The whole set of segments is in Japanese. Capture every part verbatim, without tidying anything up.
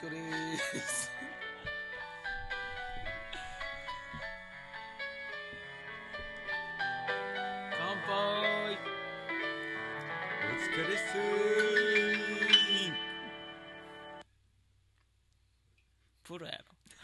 疲れーす乾杯。 お疲れっすー。 プロやろ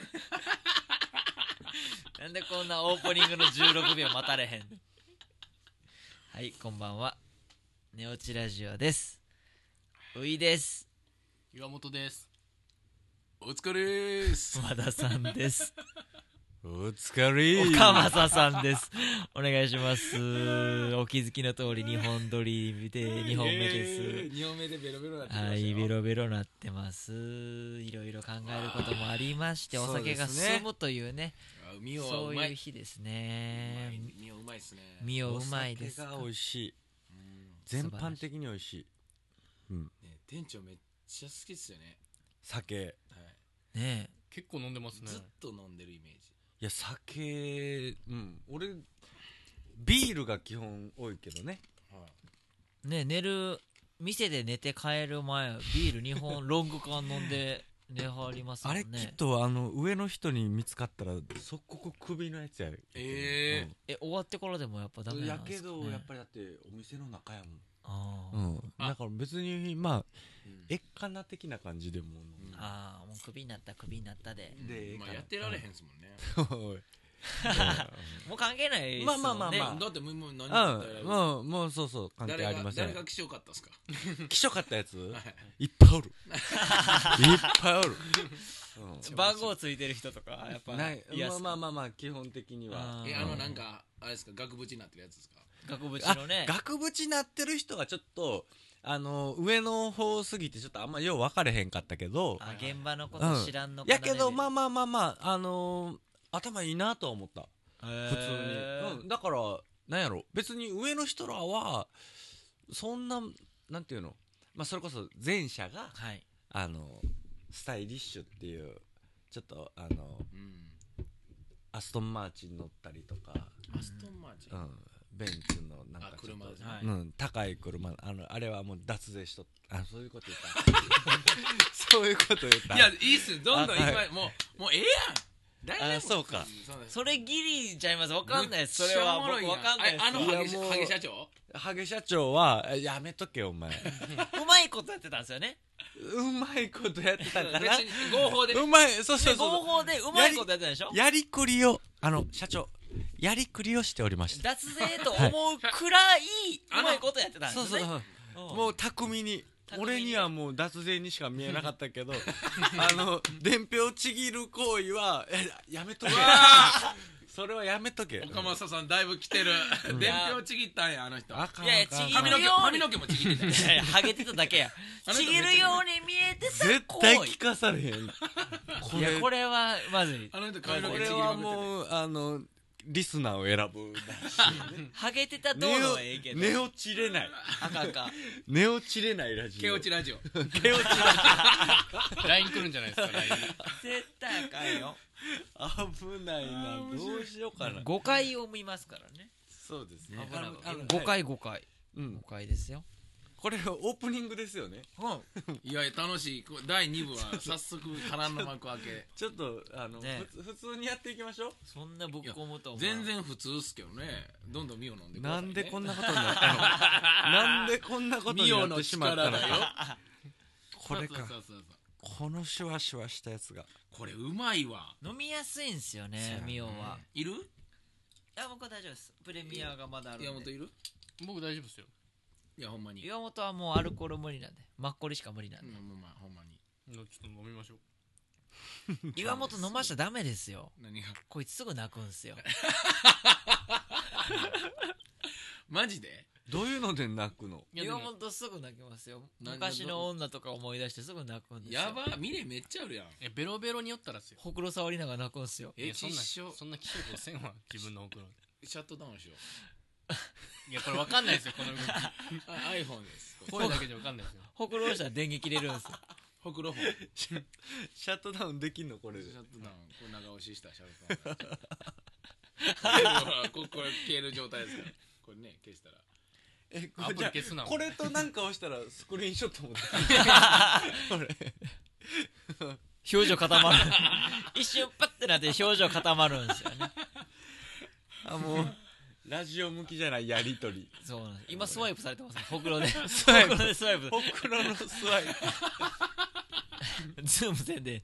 なんでこんなオープニングのじゅうろくびょう待たれへんの。はい、こんばんは。寝落ちラジオです。ういです。 岩本です。お疲れーす。 和田さんです。 お疲れー。 岡正さんです。お願いします。お気づきの通りにほん撮りでにほんめです。 にほんめでベロベロなってましたよ。 はい、ベロベロなってます。いろいろ考えることもありまして、お酒が進むというね、 ミオはそううまい。 いう日ですね。 ミオうまいっすね。 ミオうまいですか。 お酒が美味しい。 うん全般的に美味しい。うん。 ね、店長めっちゃ好きっすよね。 酒。 はい。 ね結構飲んでますね。 ずっと飲んでるイメージ。 いや酒、うん俺ビールが基本多いけどね。 はい。 え、ねえ、寝る店で寝て帰る前ビールにほんロング缶飲んで寝はりますもんね。 あれきっとあの上の人に見つかったら即刻首のやつやる。 ええ、終わってからでもやっぱダメなやんですかね。 けどやっぱりだってお店の中やもん。 あー、 うん。だから別にまあうんえっかな的な感じでも。 あー、もうクビになったクビになったで、 でまあやってられへんっすもんね。 おいもう関係ないですよね。 まあまあまあまあだってもうもう何うも訴えられる。 ん、もう、もうそうそう、関係誰がありません。 誰が気象かったっすか。 気色かったやつはいいっぱいおる。いっぱいおる。 番号ついてる人とかやっぱうん、ないいやまあまあまあまあ、基本的には。 あーえ、あのなんかあれですか、額縁になってるやつですか。 額縁あのね、 額縁なってる人はちょっと、あの、上の方すぎて、ちょっとあんまよう分かれへんかったけど、 あ、現場のこと知らんのかなやけど、まああまあまあまあ、あのー頭いいなとは思った。 普普通に。うん、だから、なんやろ、別に上の人らは、そんな、なんていうの、まあそれこそ前者が、 はい、 あのスタイリッシュっていうちょっとあのうん。 アストンマーチン乗ったりとか、 アストンマーチン。 うん、ベンツのなんかあちょっと車ですねはいうん、高い車、あのあれはもう脱税しとっあそういうこと言ったそういうこと言ったいや、いいっすよ。どんどんいっぱあはいもう、もうええやん。誰でもあそうかそうです。 それギリちゃいます。わかんないです。そめっちれは僕ゃおもろいやんわかんないです。 ああのハゲいやもうハゲ社長。 ハゲ社長はえやめとけお前うまいことやってたんですよね。 うまいことやってたかな別に合法でね。 うまいそうそうでそう合法でうまいことやってたでしょ。 やりくりをあの社長やりくりをしておりました脱税と思うくらいうまいことやってたんですそうよね。 そううんもう巧みに巧みに俺にはもう脱税にしか見えなかったけどあの伝票ちぎる行為はえやめとけそれはやめとけ岡正さんだいぶ来てる。伝票ちぎったんやあの人。 あかんいやいやあかんちぎ髪の毛ように髪の毛もちぎってたよ。 いやいやハゲてただけや。 あの人ちぎるように見えてた絶行為。 対聞かされへんこいやれこれはまずい。 あの人髪のこ毛ちぎりれはまくってもうあのリスナーを選ぶらしいねハゲてたどうのはええけど。 寝落ちれないあかんかん。 寝落ちれないラジオ毛落ちラジオ。 毛落ちライン 来るんじゃないですか、ライン。 絶対あかんよ。 危ないなどうしようかなごかいを見ますからね。 そうですね危ないあのあのごかいごかい。 うんごかいですよ。 これオープニングですよねうん。 いや楽しい。こだいに部は早速波乱の幕開け。 ちょっとあの、 ねふつ普通にやっていきましょうそんなぶっ込むと思う。 全然普通っすけどね。どんどんミオ飲んでくださね。 ないんでこんなことになったのなんでこんなことになってしまったのミオの力だよこれかそうそうそうそうこのシュワシュワしたやつがこれうまいわ。 飲みやすいんすよねそうやねミオは。 いる？ いや僕は大丈夫です。プレミアがまだあるんで。 岩本いる？ 僕大丈夫ですよ。 いやほんまに。 岩本はもうアルコール無理なんで、マッコリしか無理なんで。 うんほんまほんまに。 ちょっと飲みましょう。 岩本飲ましちゃダメですよ。 何が？ こいつすぐ泣くんすよ。 マジで？ どういうので泣くのいやでも岩本すぐ泣きますよ。 なん昔の女とか思い出してすぐ泣くんですよ。 やば未練めっちゃあるやん。 え、ベロベロに酔ったらっすよ。 ほくろ触りながら泣くんすよ。 えいやそんなちっしょそんな気象とせんわ、自分のほくろ。 シャットダウンしよいや、これわかんないですよ、この動き。 う。あ iPhone です。 声だけじゃわかんないですよ。 ほくろしたら電源切れるんですよ。 ほくろフォン。 シャットダウンできんのこれでシャットダウン。これ長押ししたシャットダウン。ここれ消える状態ですから。これね消したら。 えアプリ消すなこれとなんか押したらスクリーンショットもできるこれ表情固まる一瞬パッてなって表情固まるんですよね。 あもうラジオ向きじゃないやりとり。 そうなんです。今スワイプされてますね、ほくろでスワイプほくろでスワイプほくろのスワイズームせんで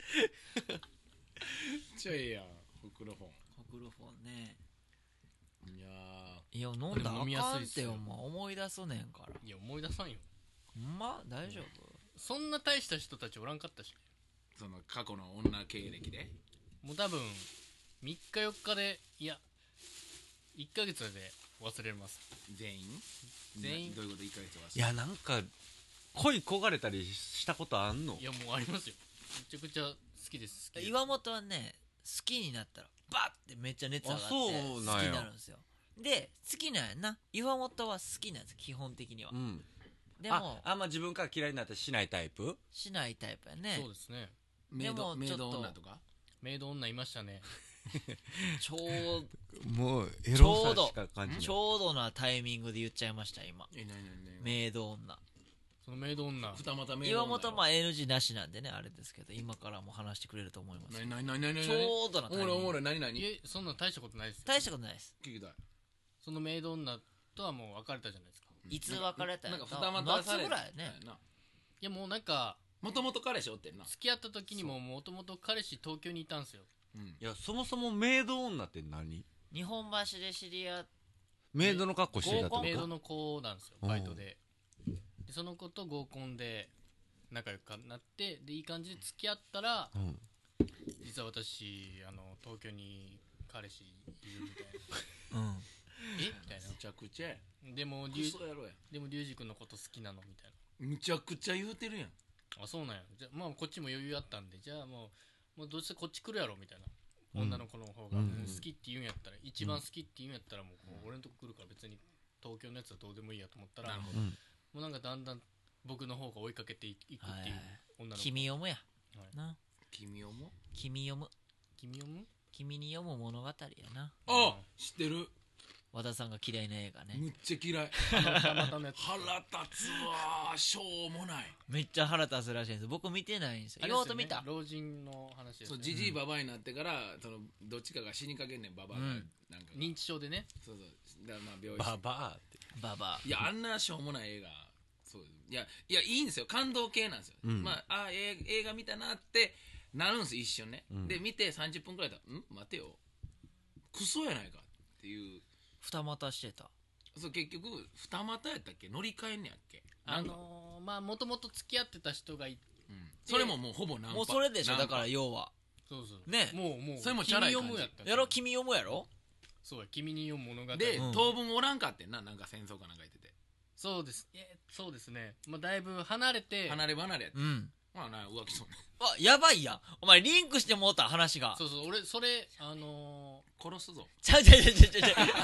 ちょいやんほくろ本。 ほくろフォンね。 いやいや飲んだら飲みやあかんっすいっすよてよ、まあ、思い出すねんから。 いや思い出さんよ。 ほんま大丈そんな大した人たちおらんかったし、 ーその過去の女経歴でもう多分みっかよっかで、いやいっかげつで忘れます。 全員全員などういうこといっかげつは。 いやなんか恋焦がれたりしたことあんの？ いやもうありますよ。めちゃくちゃ好きです。好きです。 夫。岩本はね好きになったらバッてめっちゃ熱上がってあ好きそうなんやになるんですよ。で好きなんやな、岩本は好きなんです基本的には。 うんでもああんま自分から嫌いになってしないタイプ？ しないタイプやね。 そうですね。 メイでドメイもちょっとド女とかメイド女いましたね。 ちょうもうエちょうどロさしか感じない。 ちょうどなタイミングで言っちゃいました今。 えなになになにメイド女。 そのメイド女二股メイド岩女本はまあ エヌジー なしなんでねあれですけど、今からも話してくれると思いますよ。 なになになになにちょうどなタイミング。 おもろいおもろいなになにいえそんな大したことないですよ。 大したことないです。 聞きたい。 そのメイド女とはもう別れたじゃないですか。 いつ別れたんやなんか二股され夏ぐらいね。 いやもうなんかもともと彼氏おってんな。 付き合った時にももともと彼氏東京にいたんですよ。 うんいやそもそもメイド女って何？ 日本橋で知り合っメイドの格好してたってこと？ メイドの子なんですよバイトで。でその子と合コンで仲良くなってでいい感じで付き合ったら、 うん実は私あの東京に彼氏いるみたいなうんえみたいむちゃくちゃやな。でもクリュソやろやでもリュウジ君のこと好きなのみたいむちゃくちゃ言うてるやん。 な。あそうなんや。じゃあまあこっちも余裕あったんでじゃあもうもうどうせこっち来るやろみたいな。 うん女の子の方が、 うんもう好きって言うんやったら一番好きって言うんやったらもうこう俺のとこ来るから別に東京のやつはどうでもいいやと思ったらなるほうんもうなんかだんだん僕の方が追いかけていくっていうはいはい女の子。 君読むやはいな。 君をも君読む君読む君に読む物語やな。 あ知ってる。 和田さんが嫌いな映画ね。 むっちゃ嫌い。 たまたまやつ腹立つわーしょうもない。 めっちゃ腹立つらしいんです。僕見てないんですよ。 あれですよね妹見た。 老人の話ですね。 そうじじいばばになってからそのどっちかが死にかけんねんばばがうんなんかが認知症でね。 そうそうだからまあ病院ババアってババいやあんなしょうもない映画そういやいやいいんですよ感動系なんですよ、 うんまああ映映画見たなってなるんです一瞬ね、 うんで見てさんじゅっぷんくらいだん待てよクソやないかっていう二股してた。 そう結局二股やったっけ乗り換えんねやっけあなんかのー、まあもともと付き合ってた人がいうんそれももうほぼナンパもうそれでしょ。 ナンパだから要はそうそうねもうもうそれもチャラい感じ君読むやったんですやろ君読むやろ。 そうや君に読む物語で、 うん当分おらんかってんななんか戦争かなんか言っててそうですえそうですねまあだいぶ離れて離れ離れやって、 うん。 まあな浮気そうねあやばいやん。お前リンクしてもうた話が。 そうそう俺それあの殺すぞちゃうちゃうちゃうちゃうちゃう。そうじゃない。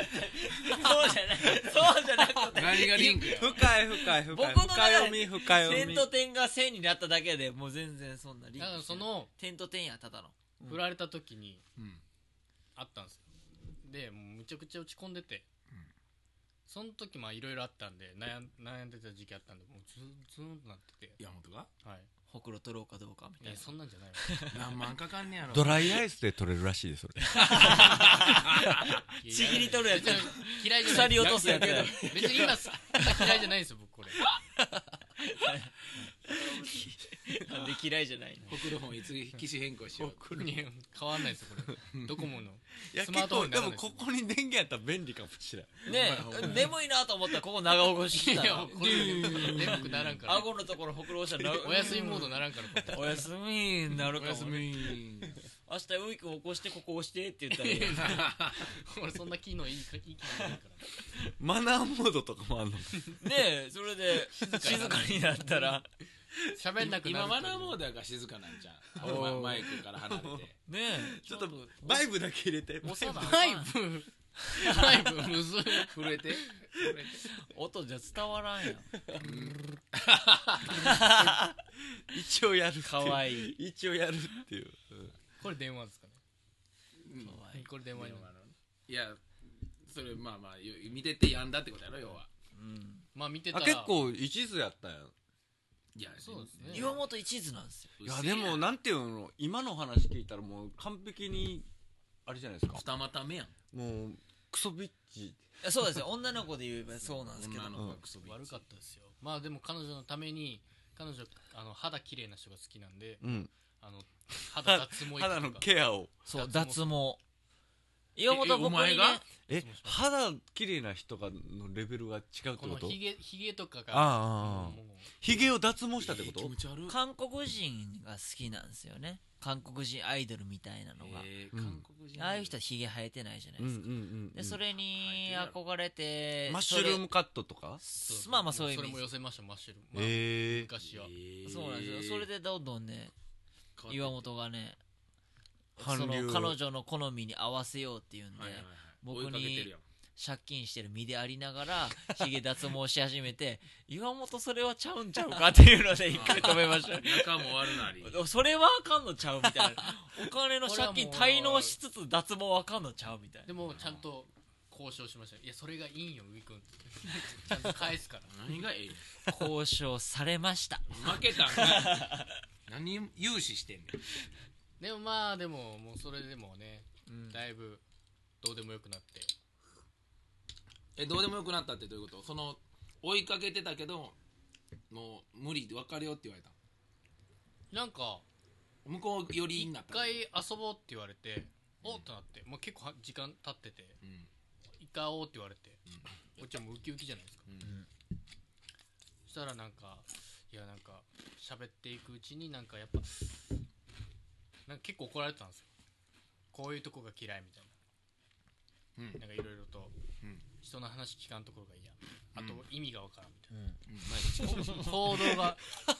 そうじゃなくて。 何がリンクや深い深い深い僕の中で深読み深読み点と点が線になっただけでもう全然そんなリンクーだからその点と点やただの。うん振られた時にうんあったんですよでもうむちゃくちゃ落ち込んでて、その時まあいろいろあったんで悩ん悩んでた時期あったんでもうズズーンとなってて山本がはいほくろ取ろうかどうかみたいな。 いやそんなんじゃないわ何万かかんねやろドライアイスで取れるらしいでそれちぎり取るやつ別に嫌いじゃない鎖落とすやつや別に今嫌いじゃないんですよ僕これなんで嫌いじゃないの。 ほくろ本いつ機種変更しよういや変わんないですよこれドコモのいやスマートフォンにならない結構でもここに電源やったら便利かもしれんねえ眠いなと思ったらここ長起こししたらいやこれ眠くならんから顎のところほくろ押したらお休みモードならんからこれおやすみになるかもおやすね。 み明日ウィーク起こしてここ押してって言ったらいいよ俺そんな機能いいかいい機能ないからマナーモードとかもあんのねえそれで静かになったら喋んなくなる今マナーモードやから静かなんじゃんおーマイクから離れてねえちょっとバイブだけ入れて押さなバイブバイブむずい震えて音じゃ伝わらんやん。 一応やるっていうかわいい一応やるっていう、うんこれ電話ですかねうんかわいいこれ電話に電話のいやそれまあまあ見ててやんだってことやろ要はうんまあ見てたらあ結構一途やったんやいやそうですね岩本一途なんですよ。 いやでもなんていうの、今の話聞いたらもう完璧にあれじゃないですか、 二股目やん。 もうクソビッチ。 いやそうですよ、女の子で言えばそうなんですけど、 女の子がクソビッチ悪かったですよ。まあでも彼女のために彼女あの肌綺麗な人が好きなんで、 うん、 あの肌脱毛行くとか肌のケアを。 そう脱毛脱毛。岩本は僕にねえお前がえ、肌綺麗な人がのレベルが違うってここと？ のヒゲヒゲとかがああああもうヒゲを脱毛したってこと？ 気持ち悪い。 韓国人が好きなんですよね。韓国人アイドルみたいなのが、 えーうん韓国人ああいう人はヒゲ生えてないじゃないうんうんですか、 うんうんでそれに生えてる憧れてマッシュルームカットとか？ それまあまあそういう意それ味も寄せましたマッシュルーム、まあええ昔は、 えーそうなんですよ。それでどんどんね変わって岩本がね韓その流彼女の好みに合わせようっていうんで、 はいはいはい僕追いかけてるにやん。 借金してる身でありながらヒゲ脱毛し始めて岩本それはちゃうんちゃうかっていうので一回止めました仲も悪なり。 それはあかんのちゃうみたいなお金の借金これはもう滞納しつつ脱毛はあかんのちゃうみたいなでもちゃんと交渉しました。いやそれがいいんよウィ君ちゃんと返すから何がええ交渉されました負けたんか何融資してんねん。 でもまあでももうそれでもね、 うんだいぶどうでもよくなってえどうでもよくなったってどういうこと？その追いかけてたけどもう無理で別れようって言われた。 なんか向こう寄り一になった。 回遊ぼうって言われておっとなって、もう結構は時間経っててうん一回会おうって言われて、こっちはもうウキウキじゃないですか、 うんそしたらなんかいやなんか喋っていくうちになんかやっぱなんか結構怒られてたんですよ。こういうとこが嫌いみたいうんな、なんかいろいろとうん人の話聞かんところが嫌、あと意味がわからんみたいうんうんな、行動が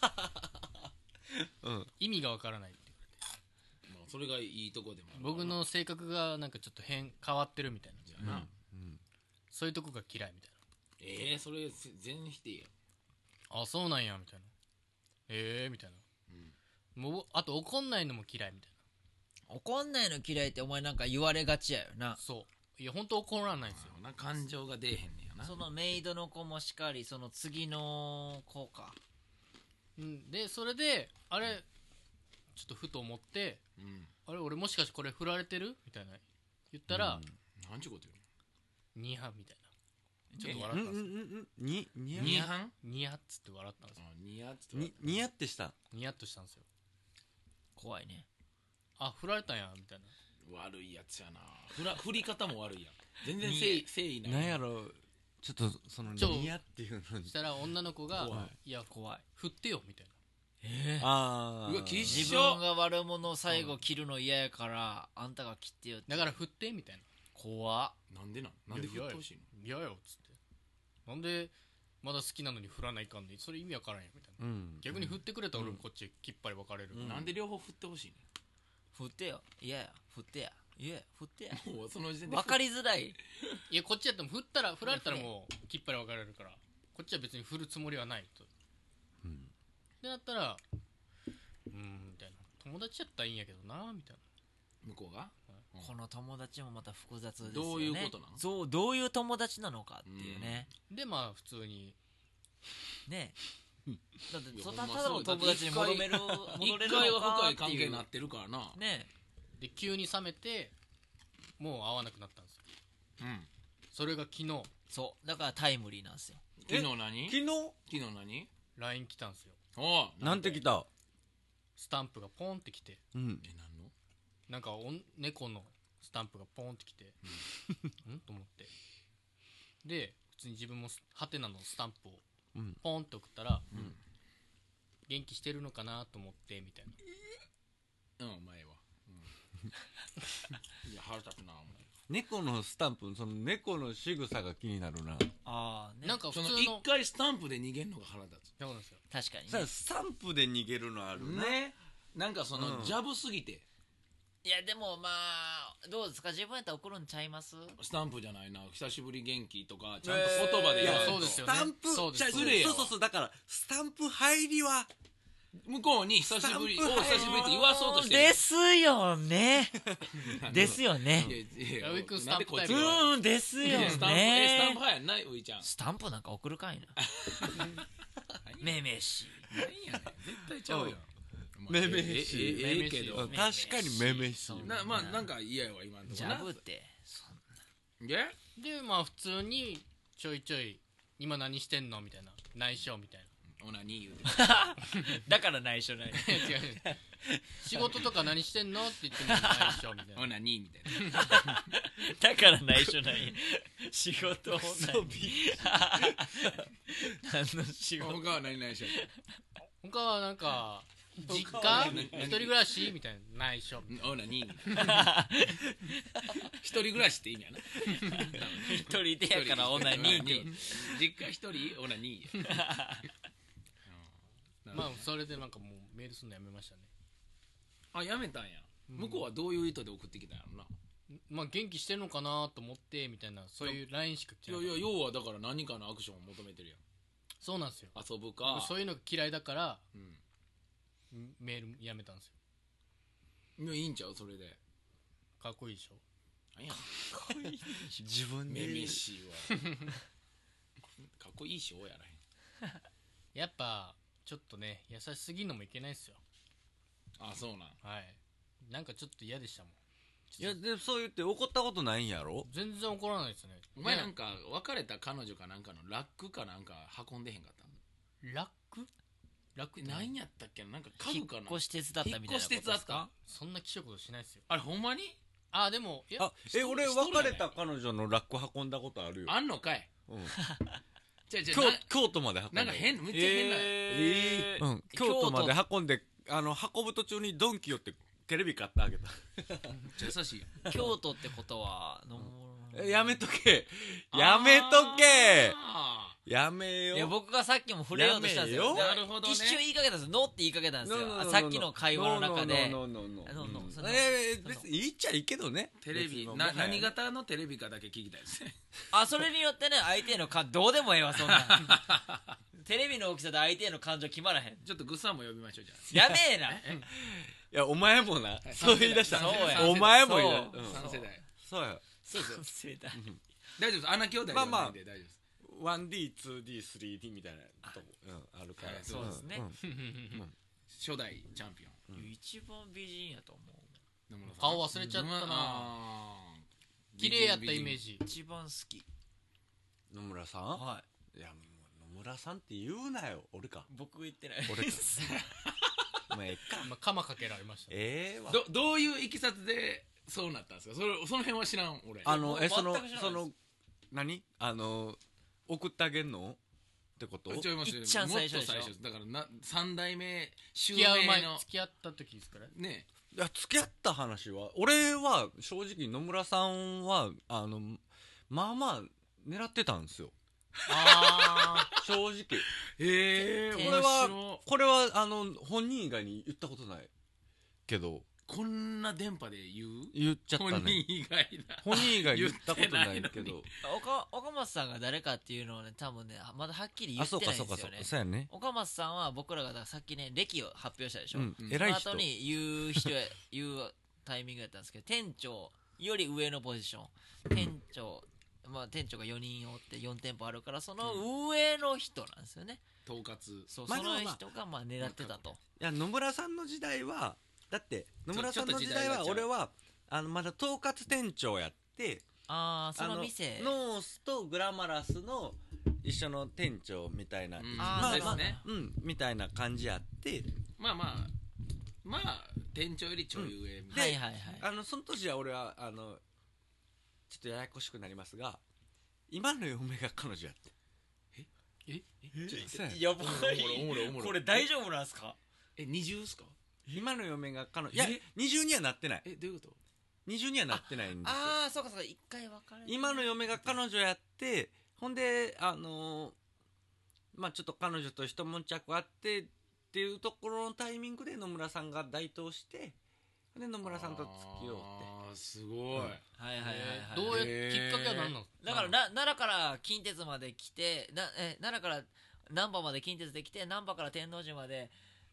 うん意味がわからないってまあそれがいいとこでもある僕の性格がなんかちょっと変変わってるみたいな、 じゃあな、 うんそういうとこが嫌いみたいええそれ全否定やん。 な、あそうなんやみたいな、ええー、みたいな、もうあと怒んないのも嫌いみたい怒んないの嫌いってお前なんか言われがちやよな。 な、そういや本当怒らないんですよ。 な感情が出えへんねやな。 そのメイドの子もしかりその次の子かうんでそれであれちょっとふと思ってうんあれ俺もしかしてこれ振られてるみたいな言ったら、 なんちゅうこと言ニハみたいなちょっとうん笑ったんですよ、 うんうんににうの。ニヤハン？ ニヤっつって笑ったんですよ。 あニヤっつってににやってした。 ニヤっとしたんですよ。 怖いね。 あ振られたんやみたいな。 悪いやつやな。振ら振り方も悪いやん。全然誠意誠意ない。 なんやろ、ちょっとそのちょにやっていうのにそし。たら女の子が怖いや怖い。 振ってよみたいええああ。 うわきっし自分が悪者最後切るの嫌やからあんたが切ってよって。 なだから振ってみたい怖っ。 なんでなんなんで振ってほしいの？ な。嫌よっつってなんでまだ好きなのに振らないかんでそれ意味わからんやみたいな。 うん。 逆に振ってくれたら俺もこっちきっぱり別れるから、 なんで両方振ってほしい振ってよ。嫌や。振ってや。いや振ってや。 の？もうその時点で分かりづらい。 いやこっちやっても振ったら振られたらもうきっぱり別れるからこっちは別に振るつもりはないと。 うんでなったらうーんみたいな友達やったらいいんやけどなみたい向こうがこの友達もまた複雑ですよね。 どういうことなのそうどういう友達なのかっていうね。 なでまあ普通にねだっていやそたほんまただの友達に戻める一戻れる回はのか深い関っていう係になってるからな。 ねで急に冷めてもう会わなくなったんですよ。 うん。 それが昨日そうだからタイムリーなんですよ。 昨日何？ 昨日昨日何？ ライン 来たんですよ。 おうなんて来た？ スタンプがポンって来てうん。 えなんの？ なんかおん猫のスタンプがポンって来てうんと思ってで普通に自分もハテナのスタンプをうん。 ポンって送ったら、 うん元気してるのかなと思ってみたいな。 うん前は。うんいや腹立つなお前。 猫のスタンプ、その猫の仕草が気になるな。 ああねなんか普その一通の回スタンプで逃げんのが腹立つ。 そうなんですよ。 確かにねさあスタンプで逃げるのあるな。 ね。なんかその、 うんジャブすぎていやでもまあどうですか自分やったら送るんちゃいますスタンプじゃないな久しぶり元気とかちゃんえーと言葉でいや言わないとそうですよねスタンプ、 そうですじゃあ失礼やわそうそうそう、だからスタンプ入りは向こうに久しぶりおスタンプ久しぶりって言わそうとしてるですよねですよねいやいやウイ君スタンプタイなんプうでこいつはーんですよいやスタンプえスタンプね派やんなウイちゃんスタンプなんか送るかいなめめし何やねん絶対ちゃうやんめめしいえええええけどうん確かにめめしいそんなまあなんか嫌やわ今のとこジなャブってそんででまあ普通にちょいちょい今何してんのみたいな内緒みたいなオナニー言うてだから内緒ない違う違う仕事とか何してんのって言っても内緒みたいなオナニーみたいなだから内緒ない仕事を何何の仕事他は何々しよ他はなんか実他は家何一人暮らしみたいな内緒うオナニーみたいな一人暮らしって意味やな一人でやからオナニーって実家一人オナニーやまあそれでなんかもうメールするのやめましたねあやめたんや向こうはどういう意図で送ってきたんやろなまあ元気してんのかなと思ってみたいなそういう ライン しか来てないいやいや要はだから何かのアクションを求めてるやんそうなんですよ遊ぶかそういうのが嫌いだからうんメールやめたんですよいやいいんちゃうそれでかっこいいでしょ何や自分でめめしいわかっこいいしおやらへんやっぱちょっとね優しすぎんのもいけないですよあそうなんはいなんかちょっと嫌でしたもんいやでそう言って怒ったことないんやろ全然怒らないですねお前なんねか別れた彼女かなんかのラックかなんか運んでへんかったんラックラックって何やったっけななんか家引っ具かな越し手伝ったみたいなことです引っ越し手伝ったかそんな気色ことしないですよあれほんまにあでもいやあえ俺一人別れた彼女のラック運んだことあるよあんのかいうんじゃあじゃ京京都まで運んだなんか変めっちゃ変なえーうん、京都まで運んであの運ぶ途中にドンキ寄ってテレビ買ってあげためっちゃ優しいやん京都ってことはのえやめとけやめとけあやめよいや僕がさっきも触れようとしたんですよやめよだからなるほどね一瞬言いかけたんですよノーって言いかけたんですよノーノーノーノーあさっきの会話の中でノーノーノーノーノーノーノーうんそのえー別にいいっちゃいいけどねテレビ別になもはや何型のテレビかだけ聞きたいですねあそれによってね相手の感どうでもええわそんなんテレビの大きさで相手の感情決まらへんちょっとグッサンも呼びましょうじゃやべえないやお前もなそう言い出したそうやお前も言い出そううんあさん世代そうやそうですよ世代大丈夫です穴兄弟ではないんで大丈夫ですワンディー、ツーディー、スリーディー みたいなとこ、うん、あるから、 はいそうですねん初代チャンピオン一番美人やと思う野村さん顔忘れちゃったなあー綺麗やったイメージ一番好き野村さんはいいやもう野村さんって言うなよ俺か僕言ってない俺かお前ええかまあ鎌かけられましたええわどどういういきさつでそうなったんですかそれその辺は知らん俺あのえその全く知らないですその何あの送ってあげんのってことちょいましいっちゃん最初でしょもっと最初だからな三代目襲付き合う前名の付き合った時ですからねいや付き合った話は俺は正直野村さんはあのまあまあ狙ってたんですよあ正直ええこれはこれはあの本人以外に言ったことないけどこんな電波で言う言っちゃった本人ね以外だ本人以外言ったことないけ言ってど岡岡松さんが誰かっていうのをね多分ねまだはっきり言あってないんそうかそうかですよねそうかそうやね岡松さんは僕らがだからさっきね歴を発表したでしょ、 うんうん偉い人その後に言う人や言うタイミングだったんですけど店長より上のポジション店長まあ店長がよにんおってよん店舗あるからその上の人なんですよね、 統括そう、 まあそのでもまあ人がまあ狙ってたと、 いや野村さんの時代はだって野村さんの時代はちょっと時代が違う俺はあのまだ統括店長やってああそあのの店ノースとグラマラスの一緒の店長みたいな、 うんあーまあまあ、 ですねうんみたいな感じやってまあまあまあ店長よりちょい上みたいはいはいはいあのその年は俺はあのちょっとややこしくなりますが今の嫁が彼女やってええそうややばおもろいおもろいおもろいこれ大丈夫なんですかえ二重っすか今の嫁が彼女いやえ二重にはなってないえどういうこと二重にはなってないんですよああそうかそうか一回別れて今の嫁が彼女やってほんであのーまあちょっと彼女と一悶着あってっていうところのタイミングで野村さんが台頭してで野村さんと付き合うってあーすごい、 うんはいはいはいはいどうやへーきっかけは何なのだからな奈良から近鉄まで来てなえ奈良から難波まで近鉄で来て難波から天王寺まで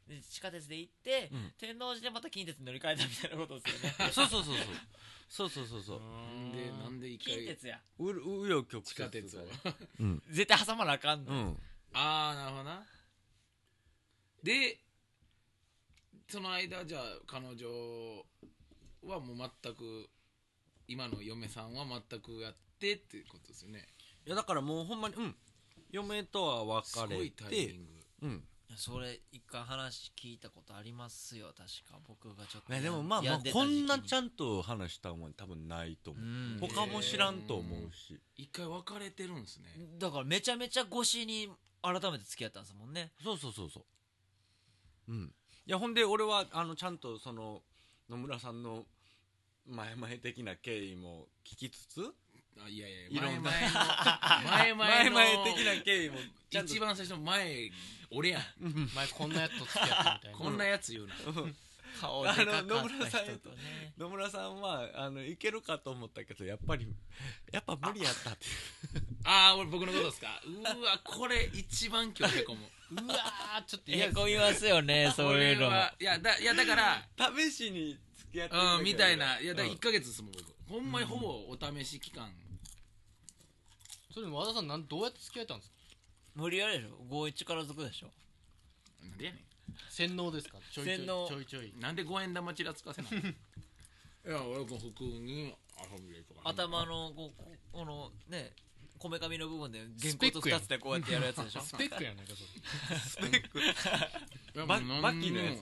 で地下鉄で行って、 うん天王寺でまた近鉄に乗り換えたみたいなことですよねそうそうそうそうそうそうそうそうなんでなんで一回近鉄やうう紆余曲折地下鉄をうん絶対挟まなあかんの、 うんああなるほどな。でその間じゃあ彼女はもう全く今の嫁さんは全くやってっていうことですよね。 いやだからもうほんまにうん嫁とはすご別れいタイミてング。 うんそれ一回話聞いたことありますよ確か僕がちょっといやでもまあまあ病んでたこんな時期にちゃんと話したのは多分ないと思ううん他も知らんと思うし一回別れてるんですね。 だからめちゃめちゃ越しに改めて付き合ったんですもんねそうそうそうそううんいやほんで俺はあのちゃんとその野村さんの前々的な経緯も聞きつつあいやいやいろんな前々の前前 々の 々的な経緯もちゃんと一番最初の前俺やん前こんなやつと付き合ったみたいなこんなやつ言うな。 顔でかかった人あの野村さんとね野村さんはあのいけるかと思ったけどやっぱりやっぱ無理やったっていうああ俺僕のことですか。うわこれ一番今日へこむ。 うわーちょっと嫌ですへこみますよねそういうのもこれはいやだいやだから試しに付き合ってみたけどうんみたいないやだからうんいっかげつですもん僕ほんまにほぼお試し期間。 それ和田さんなんどうやって付き合えたんですか？ 無理やりでしょごい力ずくでしょなんでやね洗脳ですか？ちょいちょい洗脳ちょいちょいんなんで五円玉ちらつかせないいや俺こう普通に遊びでとか頭のこうこのねこめかみの部分で原スペックやん稿とふたつでこうやってやるやつでしょスペックやないかそれスペックいやバもうバッキーのや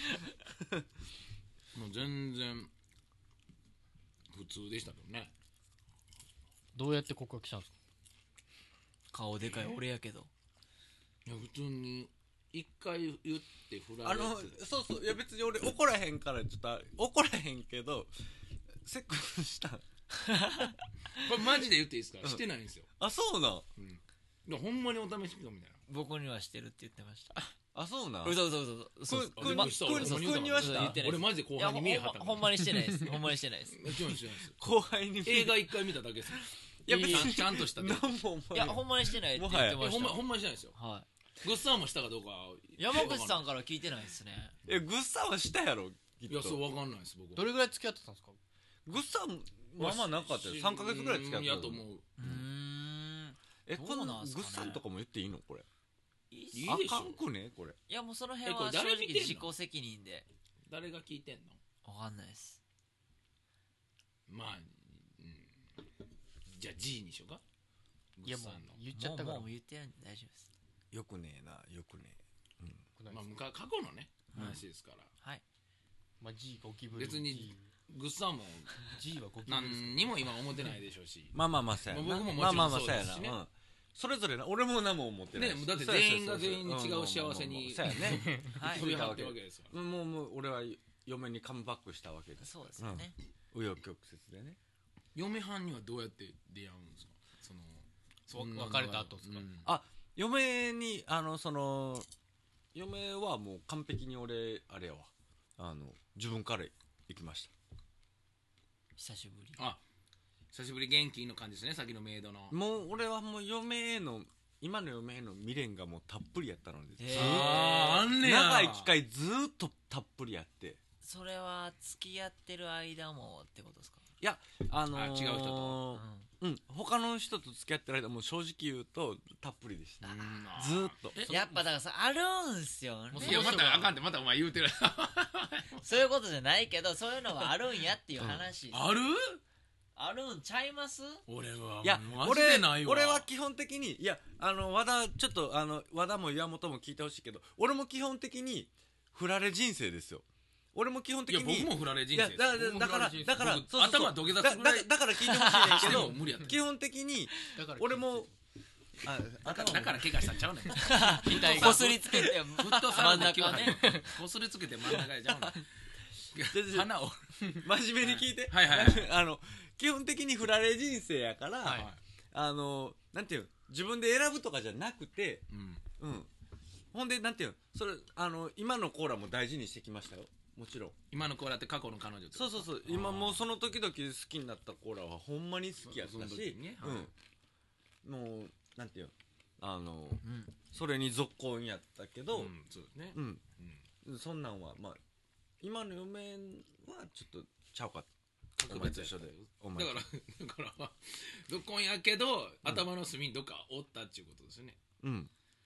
もう全然普通でしたけどね。 どうやって告白したんですか？ 顔でかい俺やけどいや普通に一回言って振られてあのそうそういや別に俺怒らへんからちょっと怒らへんけどセックスしたんこれマジで言っていいですか、 うんしてないんですよ、 あそうなんうん、だからほんまにお試し期間みたいな。 僕にはしてるって言ってましたあそうなん嘘嘘嘘嘘嘘くくあでもしたく俺ほんまに言うたくんにはした言ってない俺マジで後いやほん輩に見えはったまほんまにしてないですほんまにしてないですもちろんしてないですよ後輩に映画一回見ただけですよ。 いや別にちゃんちゃんとした何も思いやほんまにしてないって言ってましたえほんまほんまにしてないですよ。 はグッサンもしたかどうかい山口さんんから聞いてないですねえグッサンはしたやろきっといやそうわかんないです僕どれぐらい付き合ってたんですか？ グッサンまあまあなかったよさんかげつぐらい付き合ってたやと思う。 うーんえこのどうなんすかねグッサンとかも言っていいのこれいいっすいいでしょあかんくねこれいやもうその辺えこれは正直誰見てんの自己責任で誰が聞いてんの。 わかんないですまあ、うん、じゃあ G にしようか。 いやもうグッサンの言っちゃったからもうもう言ってないんで大丈夫ですよくねえなよくねまあ、むか過去のねうん話ですから、 はいまあ G ゴキブリ別にグッサンも G, G はゴキブリです何にも今思ってないでしょうしえまあまあまあそうやなまあ僕ももちろんまあまあまあそうそうやなですしねうんそれぞれな俺も何も思ってないしねだってそうや全員がそうや全員に違う幸せにそうやねはい飛び張ってるわけですから。 もうもう俺は嫁にカムバックしたわけですそうですよね紆余曲折でね嫁はんにはどうやって出会うんですか。そのそんな別れた後ですかうんあ嫁にあのその嫁はもう完璧に俺あれやわあの自分から行きました久しぶりあ久しぶり元気の感じですね。さっきのメイドのもう俺はもう嫁への今の嫁への未練がもうたっぷりやったので、 へーあーあんねや長い機会ずーっとたっぷりやってそれは付き合ってる間もってことですかいやあのー、 あ違う人とうん他の人と付き合ってる間も正直言うとたっぷりでしたうんずーっとえやっぱだからさあるんすよねもういやまたあかんってまたお前言うてるそういうことじゃないけどそういうのはあるんやっていう話、 あるあるんちゃいます俺はいやマジ俺でないわ俺は基本的にいやあの和田ちょっとあの和田も岩本も聞いてほしいけど俺も基本的に振られ人生ですよ俺も基本いや的に僕も振られ人いや生ですだだだからだから僕そうそうそう頭土下座だするぐらいだだから聞いてほしいねんけしてもど無理やった基本的にだから俺もあだからだから怪我したんちゃうねん額こすりつけてフットサ真んルの気は中ねこすりつけて真ん中でちゃうねん全然花を真面目に聞いて、 はいはいはいあの基本的に振られ人生やから、 はいあのなんていうの自分で選ぶとかじゃなくてうんうんほんでなんていうのそれあの今のコーラも大事にしてきましたよもちろん今の子らって過去の彼女ってそうそうそう今もうその時々好きになったコーラはほんまに好きやったその時し、 にねうん、もうなんていうのあのうんそれに続婚やったけど、 うんそうですねうんそんなんはまあ今の嫁はちょっとちゃうかった格別やったよお前だからだからどこんやけど、頭の隅にどっかおったっていうことですよね。 うん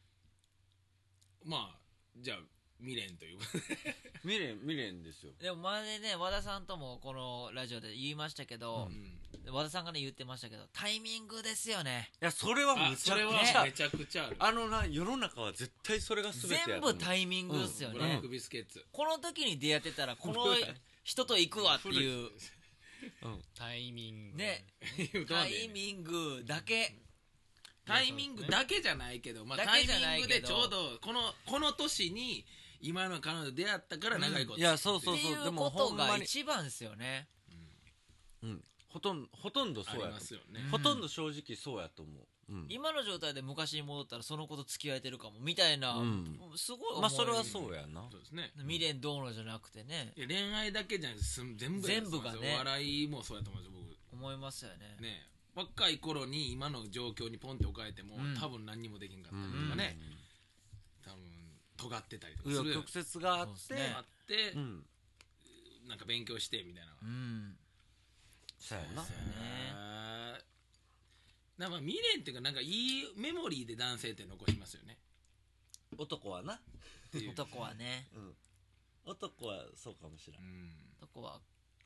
まあじゃあ未練というか未練未練ですよ。 でも前でね和田さんともこのラジオで言いましたけど、 うん和田さんがね言ってましたけどタイミングですよね。 いやそれはあむちゃそれはくちゃめちゃくちゃある。 あのな世の中は絶対それが全てや全部と思うタイミングですよね、 ブラックビスケッツこの時に出会ってたらこの人と行くわっていうタイミングねどうタねイミングだけタイミングだけじゃないけど、まあ、 だタイミけじゃないングけどでちょうどこのこの年に今の彼女と出会ったから長いこと、 いやそうそうっていうそうでもことがほんまに一番ですよね。 うんほとんどほとんどありそうやとますよね、 うんほとんど正直そうやと思う、うん、 今の状態で昔に戻ったらその子と付き合えてるかもみたいな、 うんすごい思えるまあそれはそうやなそうですね。 未練どうのじゃなくてねいや恋愛だけじゃなくてす全部や全部がねお笑いもそうやと思うんですよ思いますよね僕ね。若い頃に今の状況にポンって置かれても、 うん多分何にもできんかったりとかね、多分尖ってたりとか紆余する曲折があってそうですねあって、 うんなんか勉強してみたいな、 うんそうやなそうですよねあーなんか未練っていうかなんかいいメモリーで男性って残しますよね男はな、 っていう男はねうん、男はそうかもしれない、 うん男は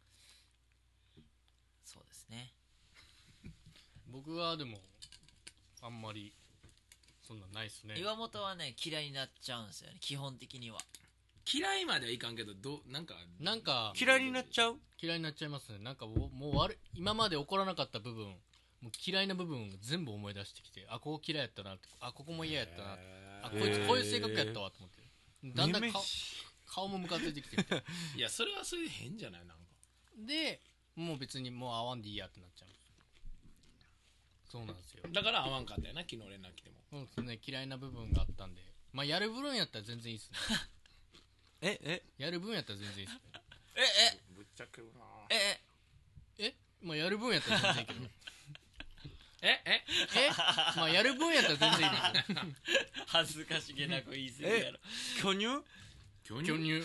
そうですね。 僕はでもあんまりそんなんないっすね。 岩本はね嫌いになっちゃうんですよね基本的には。 嫌いまではいかんけどどなんかなんか嫌いになっちゃう嫌いになっちゃいますね。なんかもうもう悪い今まで起こらなかった部分、もう嫌いな部分を全部思い出してきて、あここ嫌いやったなって、あここも嫌やったなって、あこいつこういう性格やったわと思って、だんだん顔顔もムカついてきてみたいいやそれはそれで変じゃないなんかでもう別にもう会わんでいいやってなっちゃう。そうなんですよ。 だから合わんかったよな昨日連絡来てもそうですね、嫌いな部分があったんで、まあやる分やったら全然いいっすね。 ええやる分やったら全然いいっすね。 ええぶっちゃけるなえええまあやる分やったら全然いいけどえええまあやる分やったら全然いいけど恥ずかしげなく言い過ぎやろ。 巨乳巨巨乳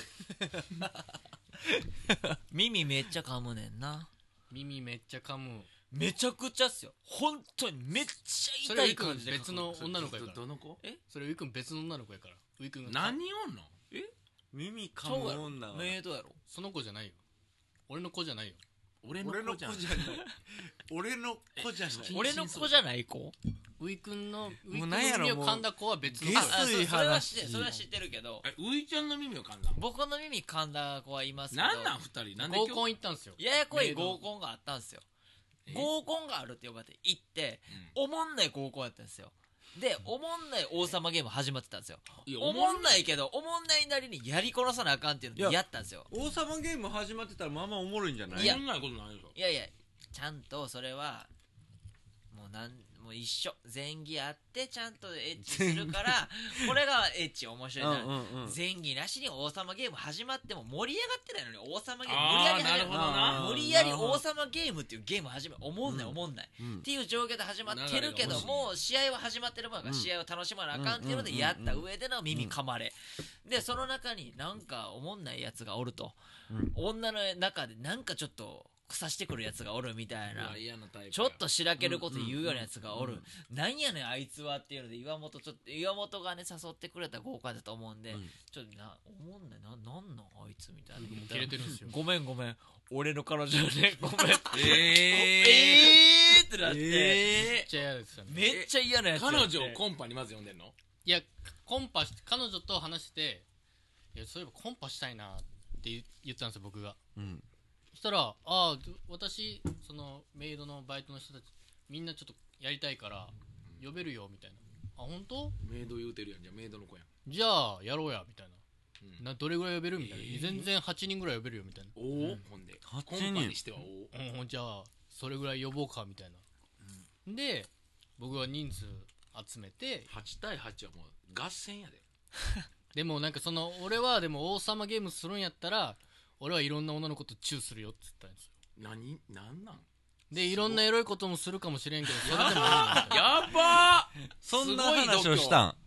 耳めっちゃ噛むねんな。 耳めっちゃ噛む。 めちゃくちゃっすよ本当にめっちゃ痛い感じで別の女の子やから。 どどの子それウィ君別の女の子やから。ウィ君が何人おんの耳噛そうやろむ女はメイドやろ。 その子じゃないよ。俺の子じゃないよ。 俺の俺の子子じゃんじゃない俺の子じゃない俺の子じゃない子。 ウィ君のウィ君もうのなんやろもう耳を噛んだ子は別のゲ子や。 ああそ薄いそれは話知ってそれは知ってるけど、 えういちゃんの耳を噛んだ僕の耳噛んだ子はいますけど、 なんなん二人なんで合今日コン行ったんすよ。 ややこい合コンがあったんですよ。 え合コンがあるって呼ばれて行って、おもんない合コンやったんですよ。でおもんない王様ゲーム始まってたんですよ。 いやおもんないけどおもんないなりにやりこなさなあかんっていうのいやでやったんですよ。 王様ゲーム始まってたらまあまあおもろいんじゃないいやそんなことないでしょいやいやちゃんとそれはもうなんもう一緒前儀あってちゃんとエッチするからこれがエッチ面白いな、 うんうんうん前儀なしに王様ゲーム始まっても盛り上がってないのに王様ゲーム無理やりあーなるほどな無理やり王様ゲームっていうゲーム始め思んない思んない、 うんっていう状況で始まってるけど流れが欲しいもう試合は始まってるもんがうん試合を楽しまなあかんっていうのでやった上での耳噛まれでその中になんか思んないやつがおると、女の中でなんかちょっと腐してくるやつがおるみたいうなわ嫌なタイプやちょっとしらけること言うようなやつがおる、なんやねんあいつはっていうので岩本ちょっと岩本がね誘ってくれた豪華だと思うんで、 うんちょっとな思んないななんなんあいつみたいなウィ君もキレてるんすよ。 ごめんごめん俺の彼女ねごめんええーってなって、 めっちゃ嫌ですよね。 めっちゃ嫌なやつやって彼女をコンパにまず呼んでんのいやコンパし彼女と話していやそういえばコンパしたいなって言言ったんですよ僕が。 うんそしたらああ私そのメイドのバイトの人たちみんなちょっとやりたいから呼べるよみたいな。あ本当？ メイド言うてるやんじゃあメイドの子やんじゃあやろうやみたいな。 うんなどれぐらい呼べるみたいな、 えー全然はちにんぐらい呼べるよみたいな。 おおほんではちコにんンパにしてはおおうんじゃあそれぐらい呼ぼうかみたいな、で僕は人数集めてはち対はちはもう合戦やででもなんかその俺はでも王様ゲームするんやったら俺はいろんな女の子とチューするよって言ったんですよ。 何なんなんでいろんなエロいこともするかもしれんけどそれでもいいのみたいなやばそんなすごい度胸話をしたん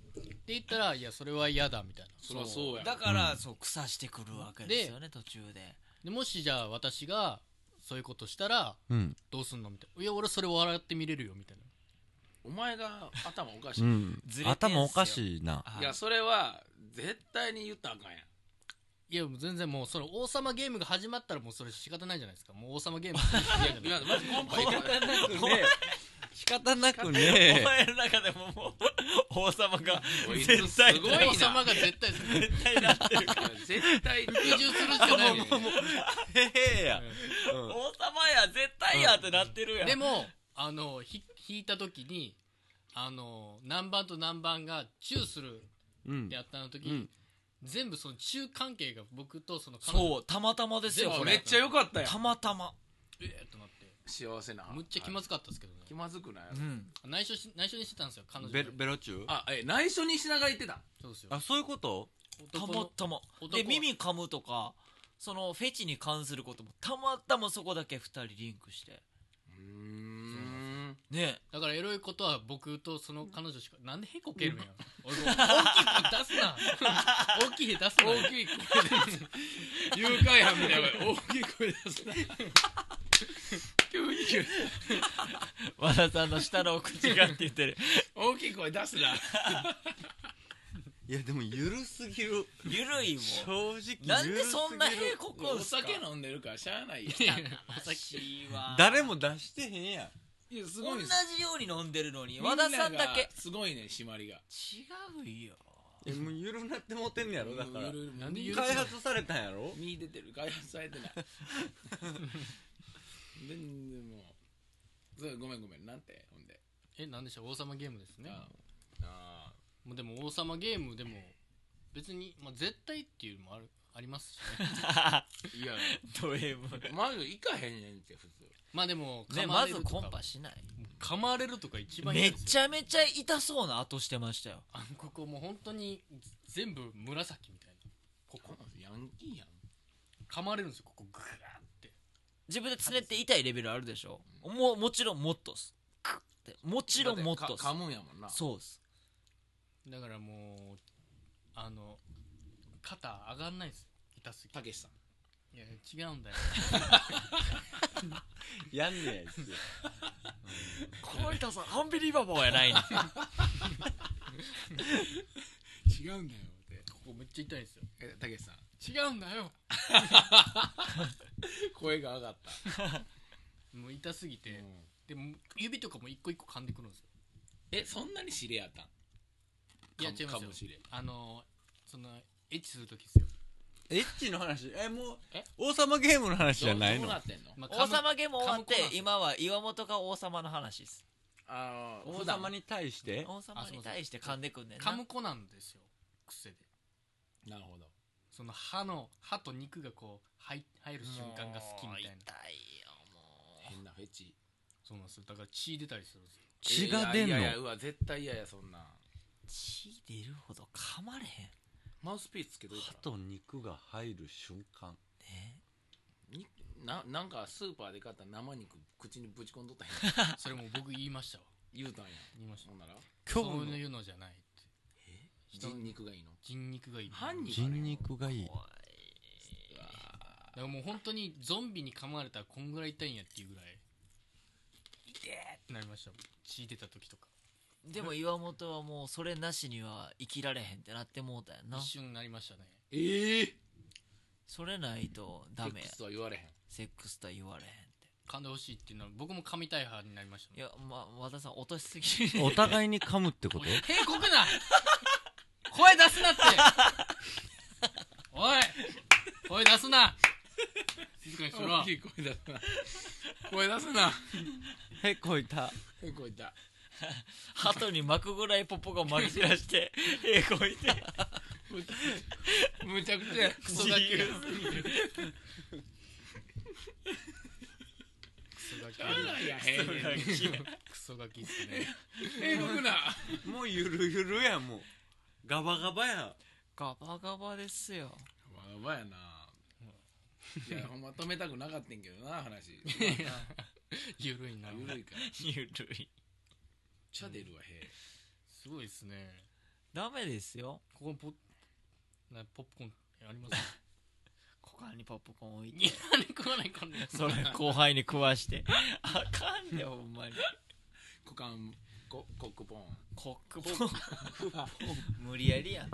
って言ったらいやそれは嫌だみたいな。 そりゃそうやだからそう腐してくるわけですよね途中で。 でもしじゃあ私がそういうことしたらうんどうすんのみたいな。いや俺それ笑って見れるよみたいな。 お前が頭おかしい、 うんずれてんすよ頭おかしいな。 いやそれは絶対に言ったらあかんやん。 いやもう全然もうその王様ゲームが始まったらもうそれ仕方ないじゃないですか。もう王様ゲームいいやまずコンパ行かない仕方なくおね前の中でももう王様がこいつ絶対すごいな王様が絶対絶対なってるから絶対服従するしかないねん。 へへや、うん王様や絶対やってなってるやん。 でもあのひ引いた時にあの何番と何番がチューするうんってやったの時、 うん全部その中関係が僕とその彼女そうたまたまですよこれ。 めっちゃ良かったやん。 たまたま。 えーっとなって幸せなむっちゃ気まずかったですけどね。 気まずくない、 うん。 内緒し内緒にしてたんですよ彼女ベロベロチューあえ内緒にしながら言ってた。 そうですよ。 あそういうことた男のまたま。 男で耳噛むとかそのフェチに関することもたまたまそこだけふたりリンクしてうーんね。 だからエロいことは僕とその彼女しかなんでへこけるんや俺も大きい声出すな大きい声出すな大きい声で誘拐犯みたいな大きい声出すな急に急に和田さんの下のお口がって言ってる。 大きい声出すな。 いやでもゆるすぎるゆるいもん。 正直ゆるすぎる。 なんでそんなへこくおんすか。 酒飲んでるからしゃあないやいやお酒しいわ。 誰も出してへんやん。 いやす同ごいですじように飲んでるのに和田さんだけすごいね締まりが違うよ。 えもうゆるなってもうてんねやろだから。 ゆるなんでゆる開発されたんやろ。 身出てる開発されてない全然もうそれごめんごめんなんてほんでえなんでしょう王様ゲームですね。 あもうでも王様ゲームでも別に、まあ、絶対っていうのもあるありますしねあいやド M まず行かへんねんって普通まあでもね、 噛ままずれるとかコンパしない。 噛まれるとか一番めっ嫌ですよ。 ちゃめちゃ痛そうな跡してましたよ。 あのここもう本当に全部紫みたいなここヤンキーやん噛まれるんですよここグワーって自分でつねって痛いレベルあるでしょ。もうもちろんもっとっす。クッってもちろんもっとっす。 か噛むんやもんなそうっす。 だからもうあの肩上がんないですよ痛すぎて。 たけしさんいや違うんだよやんねやつ。 この痛さアンビリバボーやないの。 違うんだよってここめっちゃ痛いんですよ。 えたけしさん違うんだよ声が上がったもう痛すぎて、 うんでも指とかも一個一個噛んでくるんですよ。 えそんなに指令やったんいや違いますよ噛む指令あのそのエッチするときですよ。 エッチの話えもうえ王様ゲームの話じゃないのどうな。ってんのまあ王様ゲーム終わって噛む子なんですよ今は岩本が王様の話です。 あー王様に対して王様に対して噛んでくんねんな。 噛む子なんですよ癖で。 なるほどその歯の歯と肉がこう入入る瞬間が好きみたいな。 もう痛いよも変なフェチそうなんですよ。だから血出たりするんですよ。 血が出んの。 いやいやいやうわ絶対嫌やそんなう。血出るほど噛まれへんマウスピースつけといた歯と肉が入る瞬間。 ね。 にななんかスーパーで買った生肉口にぶち込んどったんやそれも僕言いましたわ。 言うたんや言いました。 ほんなら今そう日のいうのじゃないって。 人肉がいいの人肉がいい。 犯人人肉がいい。 怖い。 うわだからもう本当にゾンビに噛まれたらこんぐらい痛いんやっていうぐらい痛えってなりましたもん。血出た時とかでも岩本はもうそれなしには生きられへんってなってもうたやんな。 一瞬なりましたね。 ええそれないとダメや。 セックスとは言われへんセックスとは言われへんって。 噛んでほしいっていうのは僕も噛みたい派になりましたね。 いや、まあ、和田さん落としすぎ。 お互いに噛むってこと。 へこくな声出すなっておい声出すな静かにしろ。 大きい声出すな声出すなへこいた。 へこいた鳩に巻くぐらいポッポが巻き散らしてへこいてむちゃくちゃやクソガキやクソガキしゃあないやへんねんクソガキっすね。 へこくなもうゆるゆるやんもう。ガバガバやん。 ガバガバですよ。 わがまやないやほんま止めたくなかったんけどな話ゆるいな。 ゆるいからゆるい。 茶出るわへすごいですね。 ダメですよ。 ここにポなポップコーンあります股間にポップコーン置いいやて何食わないかんねそれ後輩に食わしてあかんでほんまに股間ココックポンコックポン無理やりやん。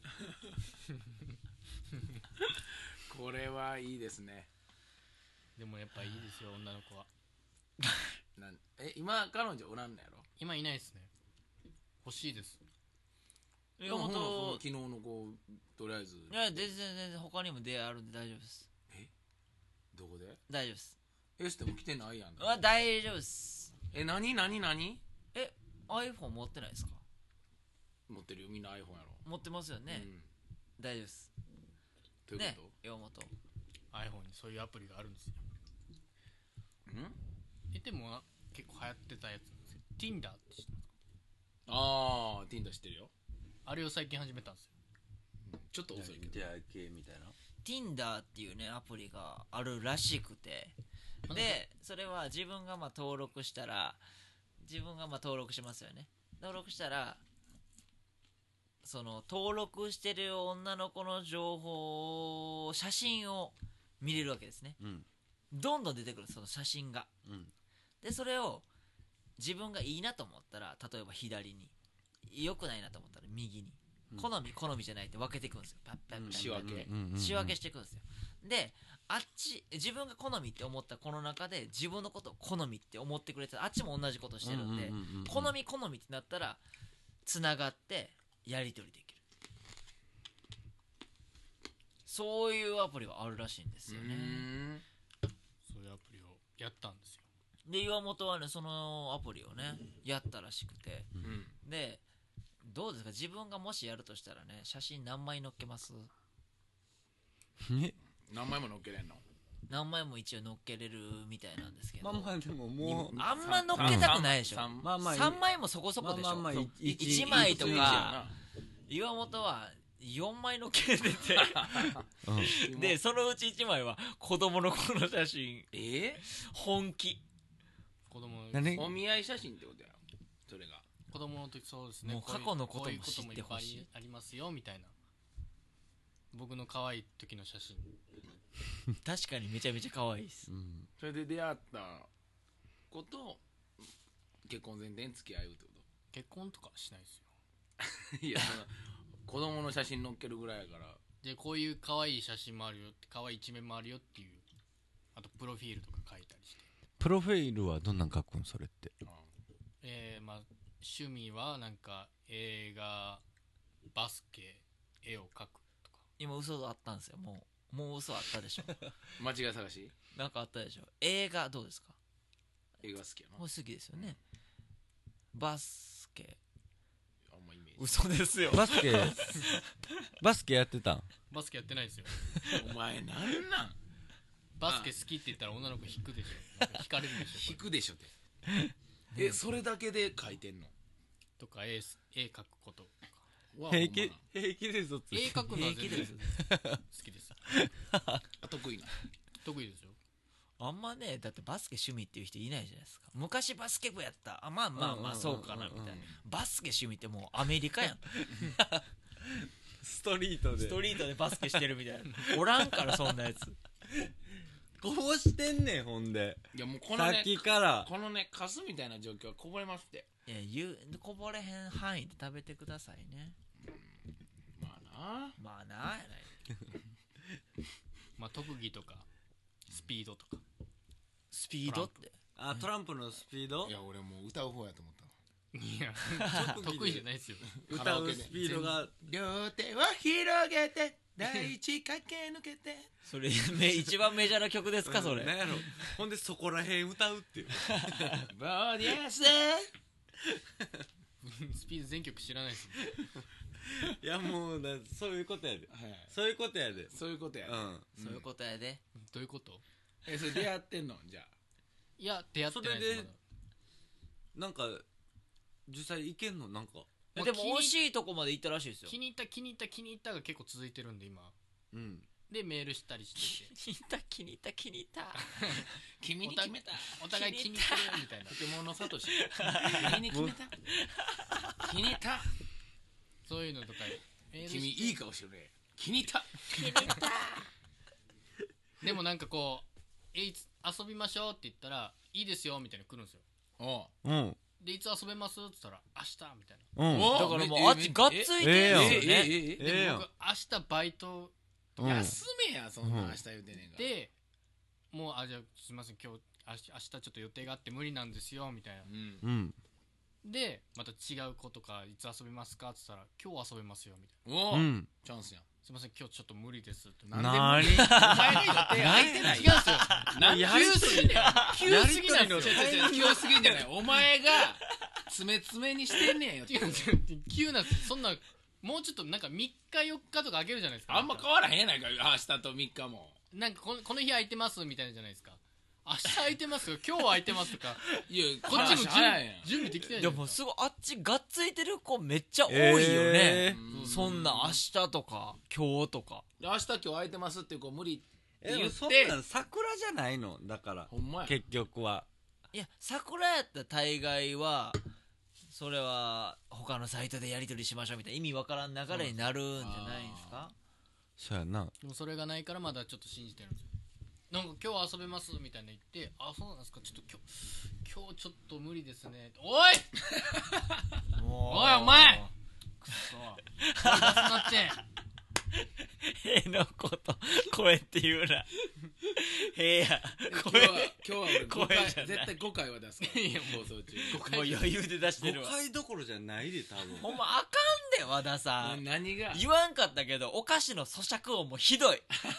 これはいいですね。 でもやっぱいいですよ女の子は。 なんえ今彼女おらんのやろ。 今いないですね。欲しいです。 岩本ほなその昨日の子とりあえずいや全然全然他にも出会いあるんで大丈夫です。 どこで大丈夫です。 エステも来てないやん。 あ大丈夫です。 え何何何え iPhone 持ってないですか。 持ってるよみんな iPhone やろ。 持ってますよね、 うん、 大丈夫ですどういうこね岩本。 iPhone にそういうアプリがあるんですよ。 と、んえでも結構流行ってたやつなんですよ。 Tinder って知ってますか？ ああ Tinder 知ってるよ。 あれを最近始めたんですよ。 ちょっと遅いけど。 出会い系みたいな。 Tinder っていうねアプリがあるらしくて、でそれは自分がまあ登録したら自分がまあ登録しますよね。登録したらその登録してる女の子の情報写真を見れるわけですね。 うんどんどん出てくるその写真が。 うんでそれを自分がいいなと思ったら例えば左に良くないなと思ったら右に、 うん好み好みじゃないって分けていくんですよ。パッパッパッパッ仕分けうんうんうん仕分けしていくんですよ。であっち自分が好みって思ったこの中で自分のことを好みって思ってくれてあっちも同じことしてるんで、 うんうんうんうん好み好みってなったらつながってやり取りできる。そういうアプリはあるらしいんですよね。 そういうアプリをやったんですよ。 で岩本はねそのアプリをねやったらしくて、 うーんうんでどうですか自分がもしやるとしたらね写真何枚載っけます？ え何枚も乗っけれんの。 何枚も一応載っけれるみたいなんですけど、 まあまあでももうあんま載っけたくないでしょ。 三まあまあさんまいもそこそこでしょ、 まあまあまあいい一いちまいと一日やかな岩本はよんまい載っけててうんでそのうちいちまいは子供の頃の写真。 え本気子供の何お見合い写真ってことや。それが子供の時そうですね。 もうこい過去のこともこういうこともいっぱい知ってほしいありますよみたいな。僕の可愛い時の写真。 確かにめちゃめちゃ可愛いです。 うんそれで出会った子と結婚前提に付き合うってこ結婚とかはしないですよ。 と。いやその子供の写真載っけるぐらいやから。 でこういう可愛い写真もあるよって可愛い一面もあるよっていう、あとプロフィールとか書いたりして、 プロフィールはどんなん書くんそれって。 えー、まあ趣味はなんか映画、バスケ、絵を描くとか。 今嘘あったんですよ。もうもう嘘あったでしょ間違い探しなんかあったでしょ。映画どうですか？ 映画好きやな。 もう好きですよね。バスケあんまイメージ。 嘘ですよ。 バスケバスケやってたん。 バスケやってないですよ。 お前なんなんバスケ好きって言ったら女の子引くでしょ。なんか引かれるでしょ。 引くでしょってえそれだけで書いてんのとか絵絵描くこととか。 わ平気ほんまな平気でそっち。 絵描くのは全然平気です好きです。 あ得意な得意ですよ。 あんまねだってバスケ趣味っていう人いないじゃないですか。昔バスケ部やったあまあまあまあそうかなみたいな。バスケ趣味ってもうアメリカやんストリートでストリートでバスケしてるみたいなおらんからそんなやつ。 こうしてんねん。ほんでいやもうこのさっねきからこのねカスみたいな状況はこぼれますっていや言うこぼれへん範囲で食べてくださいね。 まあなまあなやないまあ特技とかスピードとか。 スピードってあトランプのスピードいや俺もう歌う方やと思ったいや得意じゃないですよ。 歌うスピードが両手を広げて大地駆け抜けてそれめ一番メジャーな曲ですかそれ。 なんやろ。ほんでそこらへん歌うっていうボディアススピード全曲知らないですよ。 いやもうだそういうことやではいそういうことやでそういうことやうんそういうことやで。 どういうこと？ えそれ出会ってんのじゃあいや出会ってないです。 それでなんか実際いけんのなんかまあでも惜しいとこまで行ったらしいですよ。 気に入った気に入った気に入ったが結構続いてるんで今うんでメールしたりしてて気に入った気に入った気に入った君に決めたお互い気に入ってるみたいな。 ポケモンのサトシ君に決めた気に入ったそういうのとかメールして君いい顔してるね、気に入った。 でもなんかこうえいつ遊びましょうって言ったらいいですよみたいなの来るんですよ。 おううんでいつ遊べますって言ったら明日みたいな。 うんおだからもうえあっちがっついてるんですよえええね。 ええええやんで僕明日バイトうん休めや、そんなうん明日言うてんねんから。 でもうあじゃあすみません今日明日明日ちょっと予定があって無理なんですよみたいな。 うんうんでまた違う子とかいつ遊びますかって言ったら今日遊べますよみたいな。 おお、 うんチャンスやん。 すみません今日ちょっと無理ですって。 なんなで無理お前が予定空いてない違うんですよ。 なんで急すぎね急すぎなんですよ。 違う違う違う急すぎんじゃない、お前が詰め詰めにしてんねんよ。 違うんですよ。急なんです。そんなもうちょっとなんかみっかよっかとか空けるじゃないですか。 あんま変わらへんやないか、明日とみっかも。 なんかこのこの日空いてますみたいなじゃないですか。明日空いてますよ今日空いてますとかいや、 こっちも準話早いやん。 準備できてないじでゃないですもすごいあっちがっついてる子めっちゃ多いよね、 えーそんな明日とか今日とか。 で明日今日空いてますってこう無理ってえ言っそんてなん桜じゃないのだからほんまや。 結局はいや桜やったら大概はそれは他のサイトでやり取りしましょうみたいな意味わからん流れになるんじゃないですか。 そうやなでもそれがないからまだちょっと信じてるんですよ。なんか今日遊べますみたいな言ってあそうなんですかちょっと今日今日ちょっと無理ですねおいもうおいお前くそ声出すなってへのこと声って言うな。へや今日声は今日は俺ごかい声じゃない絶対ごかいは出すからいや放送中もう余裕で出してる誤わ。 解どころじゃないで多分ほんまあかんで和田さん。 何が言わんかったけどお菓子の咀嚼音もひどい。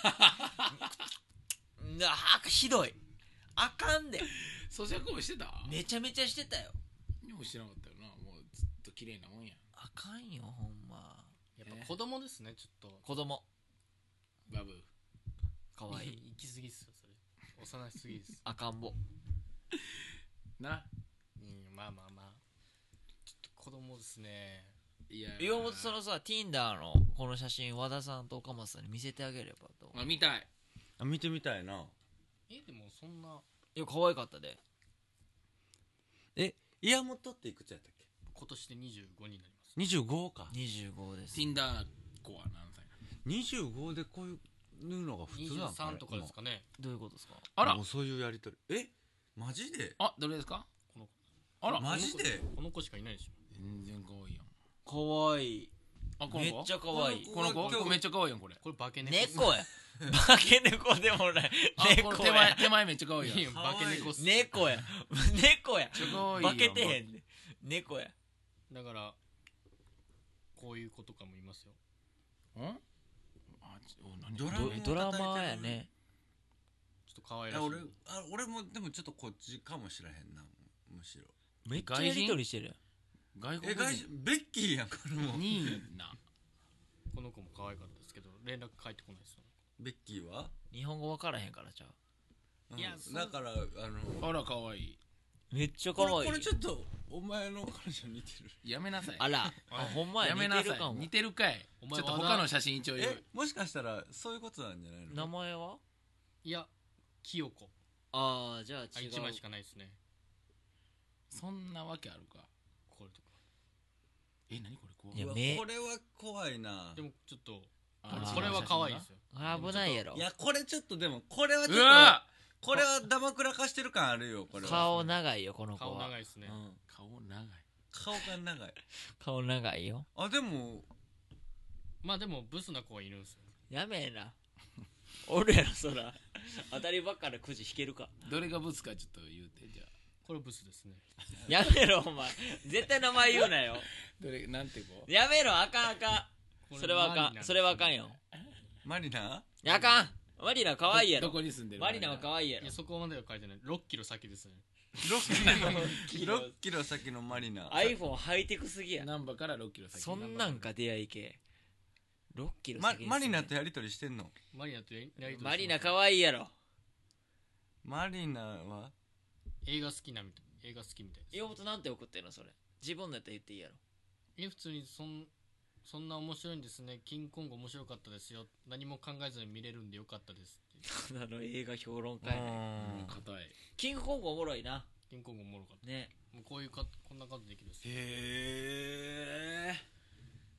なあひどい。あかんで。 咀嚼音してためちゃめちゃしてたよ。 でもしてなかったよな、もうずっと綺麗なもんや。 あかんよほんま。 やっぱ子供ですねちょっと子供バブかわいい。 行き過ぎっすよそれ幼すぎです赤ん坊。 な。 うんまあまあまあちょっと子供ですね。 いや岩本そのさ Tinder のこの写真和田さんと岡松さんに見せてあげればと。 あ見たい。 あ見てみたいなえでもそんないや可愛かったで。 え岩本っていくつやったっけ今年でにじゅうごになります。 にじゅうごかにじゅうごです Tinder 子は何歳なの？ にじゅうごでこういうのが普通なのかにじゅうさんとかですかね。 どういうことですか。 あらもうそういうやりとりえマジであ、どれですか？ このあらマジでこの子しかいないでしょ。 全然可愛いやん。 可愛い。 あ、この子めっちゃ可愛い。 この子今日これめっちゃ可愛いやんこれ。 これ化け猫猫や。化け猫でもない。 あ、この猫手前や。 手前めっちゃ可愛いやん。 いや化け猫っす。 猫や。猫や。 めっちゃ可愛いやん。 化けてへんね。猫や。 だからこういう子とかもいますよ。 ん？あ、ちお何ドラドドラマやね。 ちょっと可愛らしい。 いや俺あ俺もでもちょっとこっちかもしれへんなむしろめっちゃやりとりしてるやん。 外国え外人ベッキーやんこれもにな。 この子も可愛かったですけど連絡返ってこないですよ。 ベッキーは日本語分からへんからちゃう。 うんいやそうだからあのあら可愛い。 めっちゃ可これ愛い。 これちょっとお前の彼女似てるやめなさい。 あら、あほんまや似やめなさい。 てるかも似。てるかい。 お前ちょっと他の写真一応言うえ。もしかしたらそういうことなんじゃないの名前はいや清子ああじゃああ違う。 一枚しかないですね。 そんなわけあるか。 これとかえ、何これ怖うわいや目これは怖いなでもちょっとあーこれは可愛いですよ。 あ危ないやろい。やこれちょっとでもこれはちょっうわとこれはダマくらかしてる感あるよこれは顔長いよこの子は。 顔長いですね。 うん顔長い。 顔が長い顔長いよ。 あでもまあでもブスな子はいるんですよ。 やめえな。おるやろそら。当たりばっかでくじ引けるか。 どれがブスかちょっと言うて、じゃあ。 これブスですね。 やめろお前。絶対名前言うなよ。 どれ、なんて子？ やめろあかんあかこん。それはあかん。 マリナそれはあかんよ。 マリナいやあかん。マリナ可愛いやどろ。 こに住んでる？ マリナは可愛いやろいや。そこまでは書いてないろっキロ先ですね。 ろっキロろっキロ先のマリナ iPhone ハイテクすぎや。 難波からろっキロ先。 そんなんか出会い系。ろっキロマ先にマリナとやりとりしてんのマリナとやりとりしてますマリナ可愛いやろ。 マリナは映画好きなみたい映画好きみたいです。 岩本なんて送ってんのそれ。自分のやったら言っていいやろ。 え普通にそんそんな面白いんですね。キングコング面白かったですよ。何も考えずに見れるんでよかったですって。 あの映画評論家やね。 硬い。 キングコングおもろいな。 キングコングおもろかった。 ね。 もうこういうかこんな感じできるんですよ。 へえ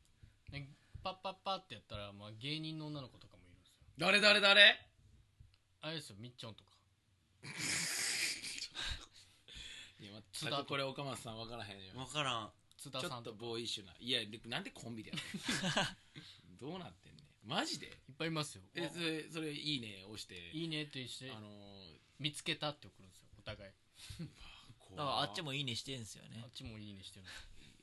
ねパッパッパってやったら、まあ、芸人の女の子とかもいるんですよ。 誰誰誰あれですよ、みっちょんとか。 いや全くこれ岡松さん分からへんよ。 分からん。 津田ちょっとさんとかボーイッシュな。いやでなんでコンビでやるのどうなってんねんマジで。 いっぱいいますよ。 えそれそれいいね押していいねってして、 あのー、 見つけたって送るんですよ、お互い。 だからあっちもいいねしてんすよねあっちもいいねしてるんです。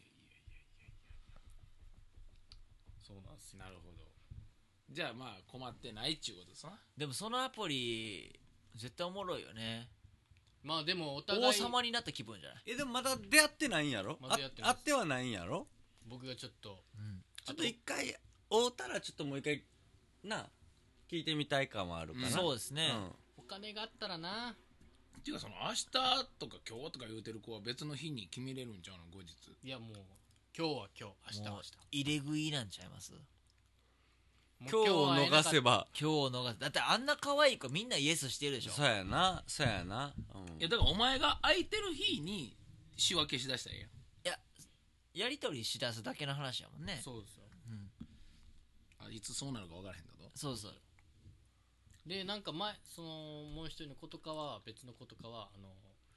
そうなんですよ。 なるほど。じゃあまあ困ってないっちゅうことですな。 でもそのアプリ絶対おもろいよね。 まあでもお互い王様になった気分じゃない？ えでもまだ出会ってないんやろ、 まだ出会ってないあ会ってはないんやろ。 僕がちょっとちょっと一回会うたらちょっともう一回な聞いてみたい感はあるかな、 うんそうですね、 お金があったらな。 っていうかその明日とか今日とか言うてる子は別の日に決めれるんちゃうの後日。 いやもう今日は今日、明日はもう明日。 入れ食いなんちゃいます？ 今日を逃せば今日を逃す。だってあんな可愛い子みんなイエスしてるでしょ。 そうやなそうやな、うん、 いやだからお前が空いてる日に仕分けしだしたらええやん。 いややり取りしだすだけの話やもんね。 そうですよ。 あいつそうなるか分からへんだと。 そうそう。 でなんか前そのもう一人の子とかは別の子とかはあの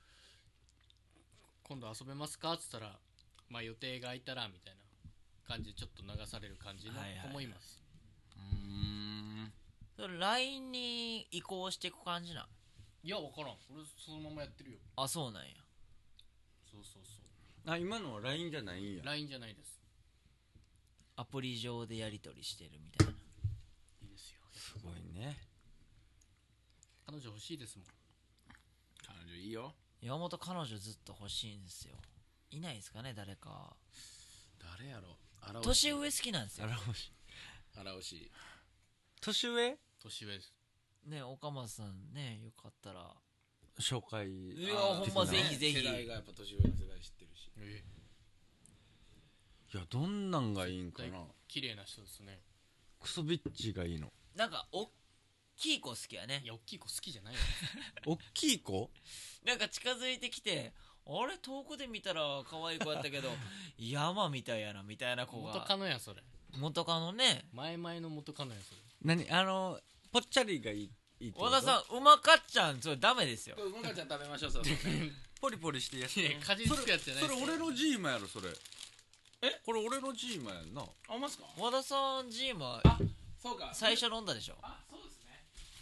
今度遊べますかっつったらまあ予定が空いたらみたいな感じでちょっと流される感じの子もいます。 うーんそれ ライン に移行していく感じなん？ いや分からん、俺そのままやってるよ。 あ、そうなんや。 そうそうそう、 あ今のは ライン じゃないんや。 ライン じゃないです。 アプリ上でやり取りしてるみたいな。 いいですよ。 すごいね。 彼女欲しいですもん。 彼女いいよ。 山本彼女ずっと欲しいんですよ。いないですかね誰か。 誰やろ。荒尾年上好きなんですよ荒尾氏荒尾氏年上年上です。 ね。岡松さんね、よかったら。 紹介。 いやほんまぜひぜひ。 世代がやっぱ年上の世代知ってるし。 えいやどんなんがいいんかえな。 綺麗な人ですね。 クソビッチがいいの。 なんかおっきい子好きやねい。や大きい子好きじゃないよ。 おっきい子。 なんか近づいてきて、あれ遠くで見たら可愛い子やったけど山みたいやなみたいな子が。 元カノやそれ。 元カノね。 前々の元カノやそれ。 何あのぽっちゃりがいい。いいってこ和と田さんうまかっちゃんそれダメですよ。 これうまかちゃん食べましょう。そうそうポリポリしてやつ。 いやかじりつくやつじゃないそれですよ。 俺のジーマやろそれ。 えこれ俺のジーマやんな。 あいますか。 和田さんジーマあそうか最初飲んだでしょ。 あそうですね。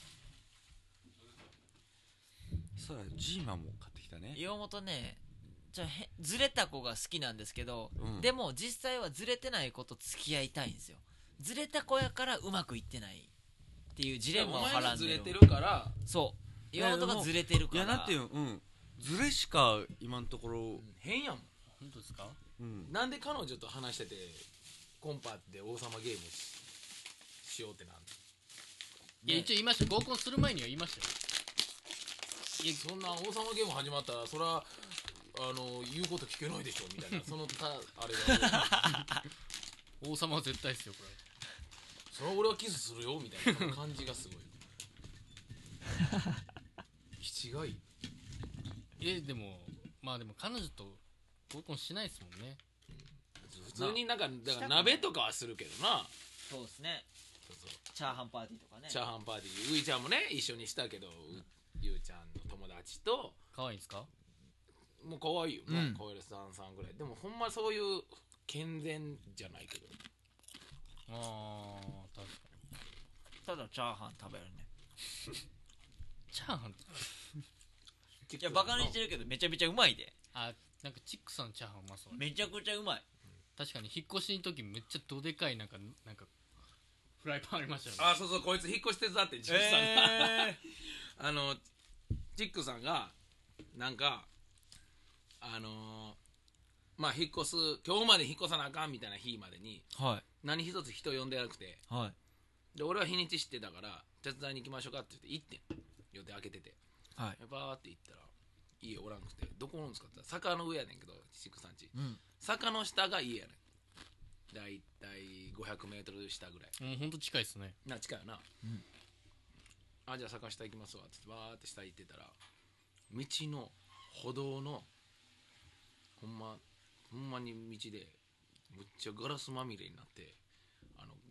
そうやジーマも買ってきたね。 岩本ねじゃあへずれた子が好きなんですけど、 うんでも実際はずれてない子と付き合いたいんですよ。ずれた子やからうまくいってないっていうジレンマをお前はらんでる。 がずれてるからそう岩本がずれてるから。 いやなんていうのうんズレしか今のところ、 変やもん。 本当ですか。 うん、 なんで彼女と話しててコンパで王様ゲームしようってなんの。 いや一応言いました。合コンする前には言いましたよ。 いやそんな王様ゲーム始まったらそれはあの言うこと聞けないでしょみたいなそのたあれが王様は絶対ですよこれ。 それは俺はキスするよみたいなその感じがすごい気違い。 えでもまあでも彼女と合コンしないですもんね。 普通になんかだから鍋とかはするけどな。 そうですね。 そうそうチャーハンパーティーとかね。 チャーハンパーティーういちゃんもね一緒にしたけど、うゆうちゃんの友達と可愛いんですか。 もう可愛いよ、 うんね小林さんさんぐらいでもほんまそういう健全じゃないけどああ確かに。 ただチャーハン食べるね。 チャーハン。 いやバカにしてるけどめちゃめちゃうまいで。 あなんかチックさんのチャーハンうまそう。 めちゃくちゃうまい。 確かに引っ越しの時めっちゃどでかいなんかなんかフライパンありましたよね。 あそうそうこいつ引っ越し手伝ってチックさんが、 えあのチックさんがなんかあのー、まあ引っ越す今日まで引っ越さなあかんみたいな日までにー、はい何一つ人呼んでなくてはいで俺は日にち知ってたから手伝いに行きましょうかって言って行ってん予定開けててはい。 バーって行ったら家おらんくてどこおるんですかって言ったら坂の上やねんけどチックさんちうん。 坂の下が家やねんだいたいごひゃくメートル下ぐらいもうほんと近いですね。 な近いよな、 うんあじゃあ坂下行きますわって言ってバーって下行ってたら道の歩道のほんまほんまに道でむっちゃガラスまみれになって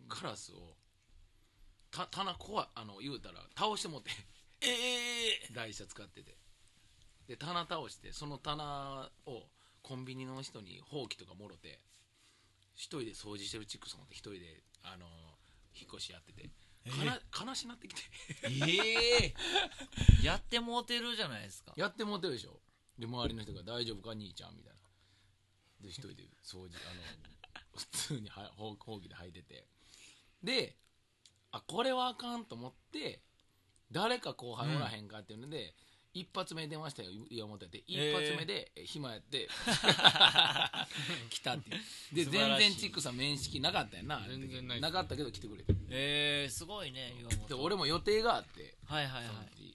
カラスをた棚こわあの言うたら倒してもってええ台車使っててで棚倒してその棚をコンビニの人にほうきとかもろて一人で掃除してるチックさんって一人であの引っ越しやってて、かな悲しなってきてええやってもうてるじゃないですか。 やってもうてるでしょ。で周りの人が大丈夫か兄ちゃんみたいなで一人で掃除あの普通にはほうほうきで履いててであこれはあかんと思って誰か後輩おらへんかっていうので、うん、一発目出ましたよ岩本やって一発目で暇やって来たってで全然チックさん面識なかったやんな全然ないなかったけど来てくれてえー、すごいね岩本。 で俺も予定があってはいはいはい。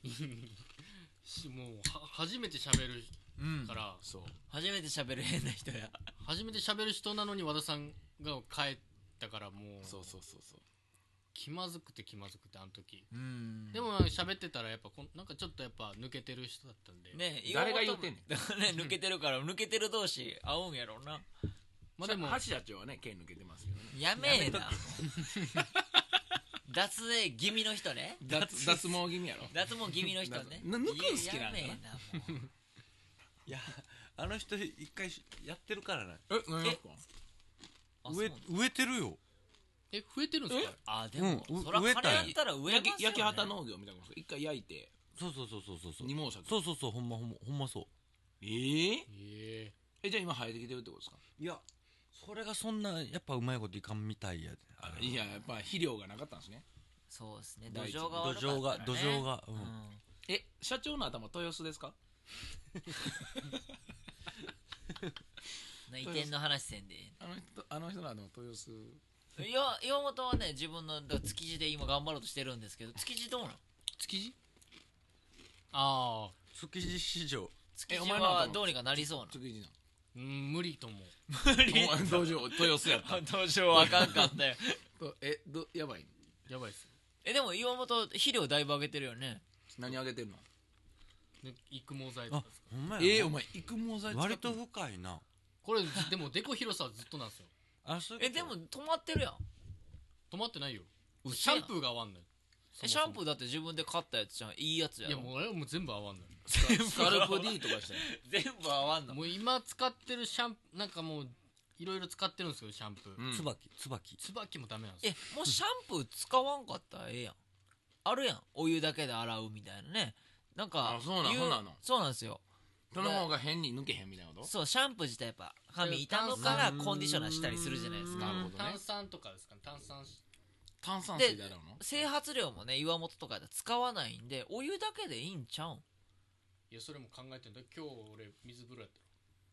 しもうは初めて喋るうんから、 そう初めて喋る変な人や。 初めて喋る人なのに和田さんが帰ったからもうそうそうそうそう気まずくて気まずくてあの時うんでもなんか喋ってたらやっぱこんなんかちょっとやっぱ抜けてる人だったんで、 ね誰が言ってんねんね抜けてるから抜けてる同士会うんやろうな。 まあでも橋社長はね剣抜けてますけどねやめえな脱毛気味の人ね。 脱脱毛気味やろ脱毛気味の人ね。 な抜くん好きなんだなやめえなもういやあの人一回やってるからな。 え何ですかあ植えそう植えてるよ。 え増えてるんですかあでも、 うんそら植えたんや金やったら植えますよ、ね、 焼き焼き畑農業みたいなこと一回焼いてそうそうそうそうそうそう二毛作そうそうそうほんまほんまほんまそう。 えー、 ええじゃあ今生えてきてるってことですかいやそれがそんなやっぱうまいこといかんみたいやで。あれいややっぱ肥料がなかったんですねそうですね土大地壌が悪かったら、ね、 土壌が土壌がうんえ社長の頭豊洲ですかうん、移転の話せんであの人あの人の頭豊洲いや岩本はね自分のだから築地で今頑張ろうとしてるんですけど築地どうなん築地ああ築地市場築地お前の頭はどうにかなりそうな築地なうん無理と思う無理お前道場豊洲やった土壌あかんかったよとえどやばいやばいっすえでも岩本肥料だいぶ上げてるよね。 何あげてるのね育毛剤とあかですかほんまやえー、お前育毛剤使ってんの割と深いな。 これでもデコ広さはずっとなんですよあそういうことえでも止まってるやん。 止まってないようっせやんシャンプーが合わんのよえシャンプーだって自分で買ったやつじゃんいいやつやろ。 いやもうあれはもう全部合わんのよスカルプ D とかしたら全部合わんの。 もう今使ってるシャンプーなんかもういろいろ使ってるんですよシャンプー、 うん椿椿椿もダメなんですえよもうシャンプー使わんかったらええやん。あるやんお湯だけで洗うみたいなね。なんかあそうなん言そうなのそうなんですよ。 その方が変に抜けへんみたいなことそうシャンプー自体やっぱ髪傷むからコンディショナーしたりするじゃないですか。 なるほどね炭酸とかですかね炭酸炭酸水で洗うの整髪料もね岩本とかで使わないんでお湯だけでいいんちゃうん。 いやそれも考えてんだ今日俺水風呂やった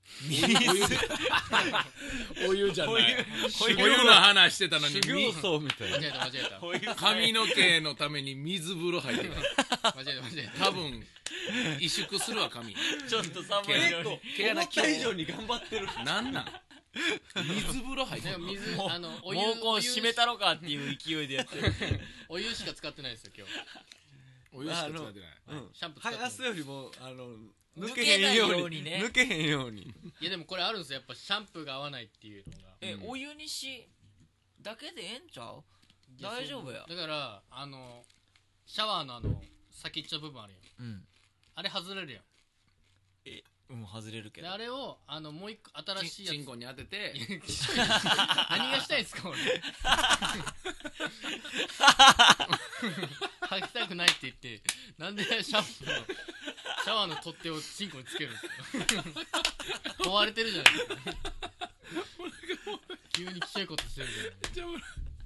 お湯じゃないお湯お湯お湯の話してたのに修行僧みたいな間違えた間違えたお湯髪の毛のために水風呂入ってる間違えた間違えた多分萎縮するわ髪ちょっと寒いのに毛穴思った以上に頑張ってる。 なんなん水風呂入ってるでも水もうあのお湯毛根お湯締めたろかっていう勢いでやってるお湯しか使ってないですよ今日お湯しか使ってないうんシャンプー使ってない生やすよりもあの抜抜けへけなんいようにようにね抜けへんようにいやでもこれあるんですよやっぱシャンプーが合わないっていうのがえ、 うんお湯にしだけでええんちゃう。 いや大丈夫やそうだからあのシャワーのあの先っちょ部分あるやんうんあれ外れるやんうん外れるけどであれをあのもう一個新しいやつチンコに当てて何がしたいんですか俺履きたくないって言ってなんでシャンプーのシャワーの取っ手をチンコにつけるんですか壊れてるじゃないですか急にきしょいことしてるじゃない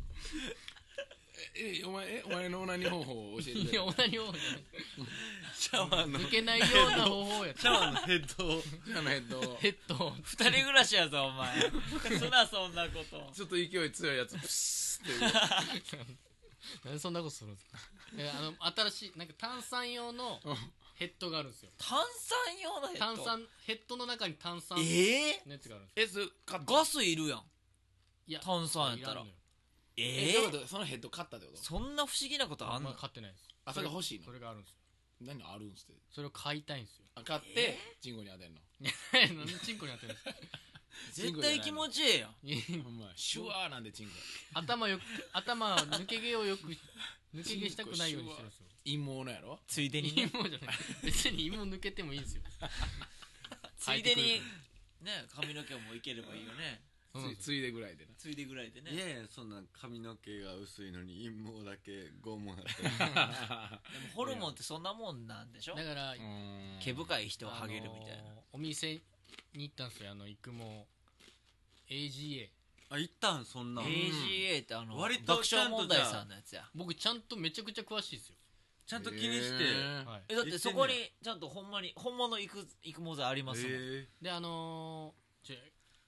ええお前えお前のオナニー方法を教えてくれいや、オナニーをシャワーの抜けないような方法やシャワーのヘッドをあのヘッドをヘッドを二人暮らしやぞお前そらそんなことちょっと勢い強いやつプスッってなんでそんなことするんですかえあの新しいなんか炭酸用のヘッドがあるんですよ炭酸用のヘッド炭酸ヘッドの中に炭酸のえやつがあるんですよえそれ買ったガスいるやんいや炭酸やったらいんのよええどういうことそのヘッド買ったってことそんな不思議なことあんのまあ買ってないですあそれが欲しいのそれがあるんですよ何あるんすってそれを買いたいんですよあ買ってチンコに当てんのなんでチンコに当てるんですか絶対気持ちいいよ。 ほんまシュワーなんでチンコ頭よく頭抜け毛をよく抜け毛したくないようにしてるんですよ。 陰謀のやろ。 ついでに陰ね謀じゃない、別に陰謀抜けてもいいんですよ。 ついでにね髪の毛もいければいいよね。 そうなんですよ。 ついついでぐらいでなついでぐらいでね。 いやいやそんな髪の毛が薄いのに陰毛だけ拷問やってでもホルモンってそんなもんなんでしょ。 だから、 うーん毛深い人はハゲるみたいな。 あのーお店に行ったんですよ、あの育毛 エージーエー。 あ行ったんそんなエージーエー ってあの割と爆笑問題さんのやつや。 僕ちゃんとめちゃくちゃ詳しいですよ。 ちゃんと気にして、 へーはい。 えだってそこにちゃんとほんまに本物育育毛剤ありますもん。 えであのー、ちょ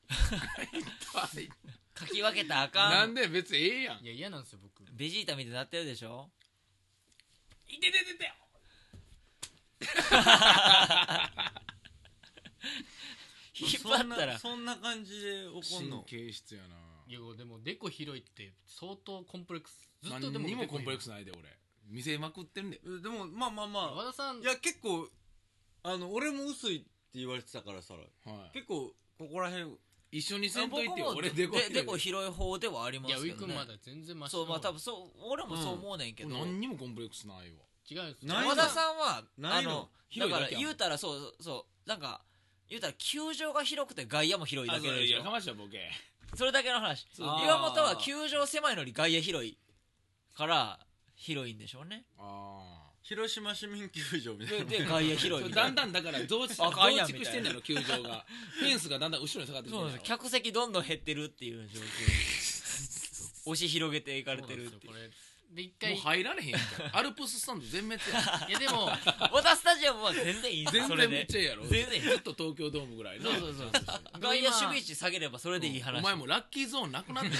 書き分けたらあかん。 なんで別にええやん。 いや嫌なんですよ僕。 ベジータみたいになってるでしょ。 いててててよ。 引っ張ったらそんなそんな感じで怒ん神の経質やな。 いやでもデコ広いって相当コンプレックス。ずっとで何もにもコンプレックス。 スないで俺。見せまくってんで。 えでもまあまあまあ和田さんいや結構あの俺も薄いって言われてたからさはい。 結構ここら辺一緒にせんといてよ。 僕も俺デコでデコ広い方ではありまいやウすけどね。 ィ君まだ全然マシそうまあ多分そう俺もそう思うねんけど、 何にもコンプレックスないわ。 違うんですよ。 ない和田さんはないのあのだから広いだけやん言うたらそうそうなんか言うたら球場が広くて外野も広いだけでしょ。 いやかましいわボケ。 それだけの話。 そう岩本は球場狭いのに外野広いから広いんでしょうね。 あ広島市民球場みたいなでで外野あ。 広いみたいな。 だんだんだから増築あかんやん増築してんだよ球場が。フェンスがだんだん後ろに下がってきてそうなんですよ。客席どんどん減ってるっていう状況。押し広げていかれてるっていうそうなんですよこれで一も回う入られへんやんか。アルプススタンド全滅やん。 いやでも和田スタジアムは全然いいんですよ。 全それで然めっちゃええやろ。 全然いいずっと東京ドームぐらいな。 そうそうそう外野守備位置下げればそれでいい話。 お前もラッキーゾーンなくなってる。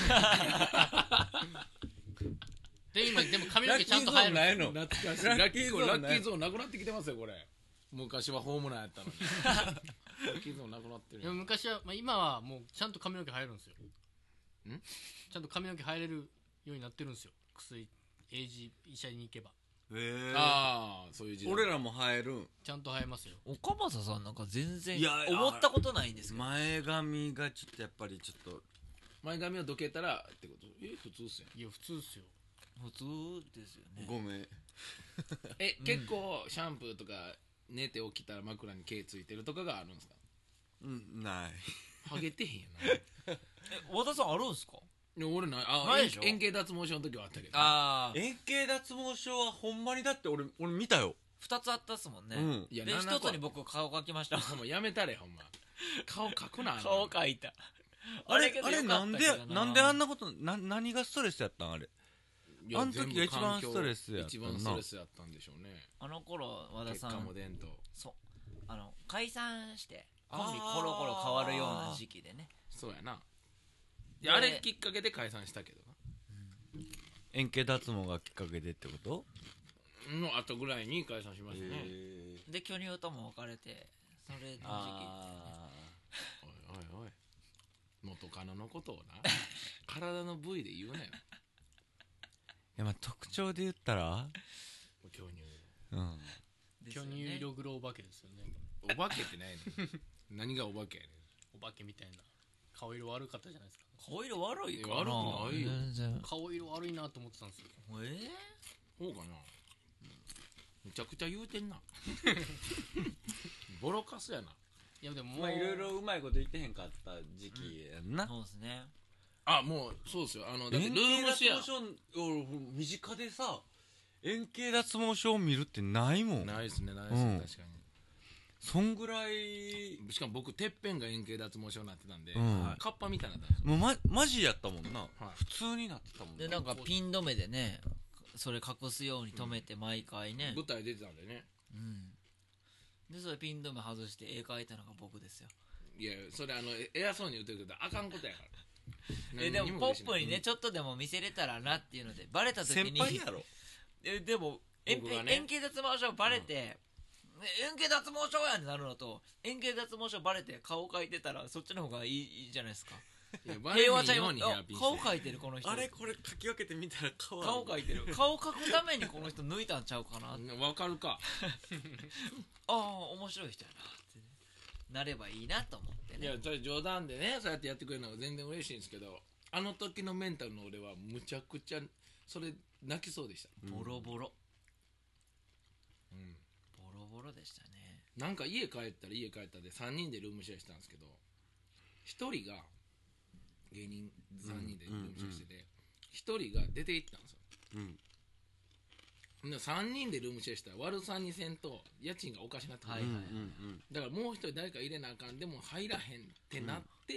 で今でも髪の毛ちゃんと生える。 ないの懐かしい。 ララッキーゾーンッキーゾーンラッキーゾーンなくなってきてますよこれ。昔はホームランやったのに。ラッキーゾーンなくなってるでもよ。 昔は、まあ、今はもうちゃんと髪の毛生えるんですよ。 んちゃんと髪の毛生えれるようになってるんですよ。薬エイジ医者に行けばへえああそういう時代。 俺らも生えるんちゃんと生えますよ。 岡本さんなんか全然いや思ったことないんですけど。 前髪がちょっとやっぱりちょっと前髪をどけたらってこと。え普通っすよ。 いや普通ですよ。 普通ですよね。 ごめんえ結構シャンプーとか寝て起きたら枕に毛ついてるとかがあるんですか。 うんないハゲてへんやな。 え和田さんあるんすか。 いや俺ない。あないでしょ円形脱毛症の時はあったけど。 ああ円形脱毛症はほんまにだって俺俺見たよ二つあったっすもんね。 うんいやでななこ一つに僕顔描きました。 ほんまやめたれほんま。顔描くな。 顔描いた。 あれけどあれよかなんでったけどなんであんなことな何がストレスやったんあれいやあの時が一番ストレスやったな一番ストレスやったんでしょうね。 あの頃和田結果さんも出んと。 そうあの解散してあーコンビコロコロ変わるような時期でね。 そうやな。いでやあれきっかけで解散したけど円形脱毛がきっかけでってことな。の後ぐらいに解散しましたね。 で巨乳とも別れてそれの時期あおいおいおい。元カノのことをな体の部位で言うなよ。 ーいやまあ特徴で言ったら巨乳。 うん巨ですよね乳色黒お化けですよね。 お化けってないの。何がお化けやねん。 お化けみたいな顔色悪かったじゃないですか。 顔色悪いかな。 悪くないよ全然。 顔色悪いなと思ってたんですよ。 えそうかな。めちゃくちゃ言うてんな。ボロカスやな。 いやでももう、 まあいろいろうまいこと言ってへんかった時期やんなー、そうですね。 あもうそうですよ。あのだって円ルー形脱ムシェ毛症俺身近でさ円形脱毛症を見るってないもア。 んないですねないですね、 うん確かに。 そんぐらいしかも僕てっぺんが円形脱毛症になってたんで、 うんカッパみたいになったんですよ。 もうまマジやったもんな、 はい普通になってたもんでなんかピン止めでねそれ隠すように止めて毎回ね。 舞台出てたんでね。 うん。でそれピン止め外して絵描いたのが僕ですよ。 いやそれあのえ偉そうに言ってるけどあかんことやから。 えでもポップにねうんちょっとでも見せれたらなっていうのでバレた時先に輩やろえでも円僕がね円形脱毛症バレて、ね円形脱毛症やんってなるのと円形脱毛症バレて顔描いてたらそっちの方がいいいいじゃないですか。 いやバレへん平和ちゃんようにヘアピンして顔描いてるこの人。 あれこれ書き分けてみたら顔ある顔描いてる顔描くためにこの人抜いたんちゃうかな。あうんわかるか。 あ面白い人やなってねなればいいなと思ってね。 いやそれ冗談でねそうやってやってくれるのは全然嬉しいんですけど、あの時のメンタルの俺はむちゃくちゃそれ泣きそうでした、 ボロボロ、 うん、 ボロボロでしたね。 なんか家帰ったら家帰ったでさんにんでルームシェアしたんですけど、ひとりが芸人さんにんでルームシェアしててひとりが出て行ったんですよ。 うんでさんにんでルームシェアしたら割るさんにせんと家賃がおかしなってくる、 はいはいはい、 だからもう一人誰か入れなあかんでも入らへんってなって、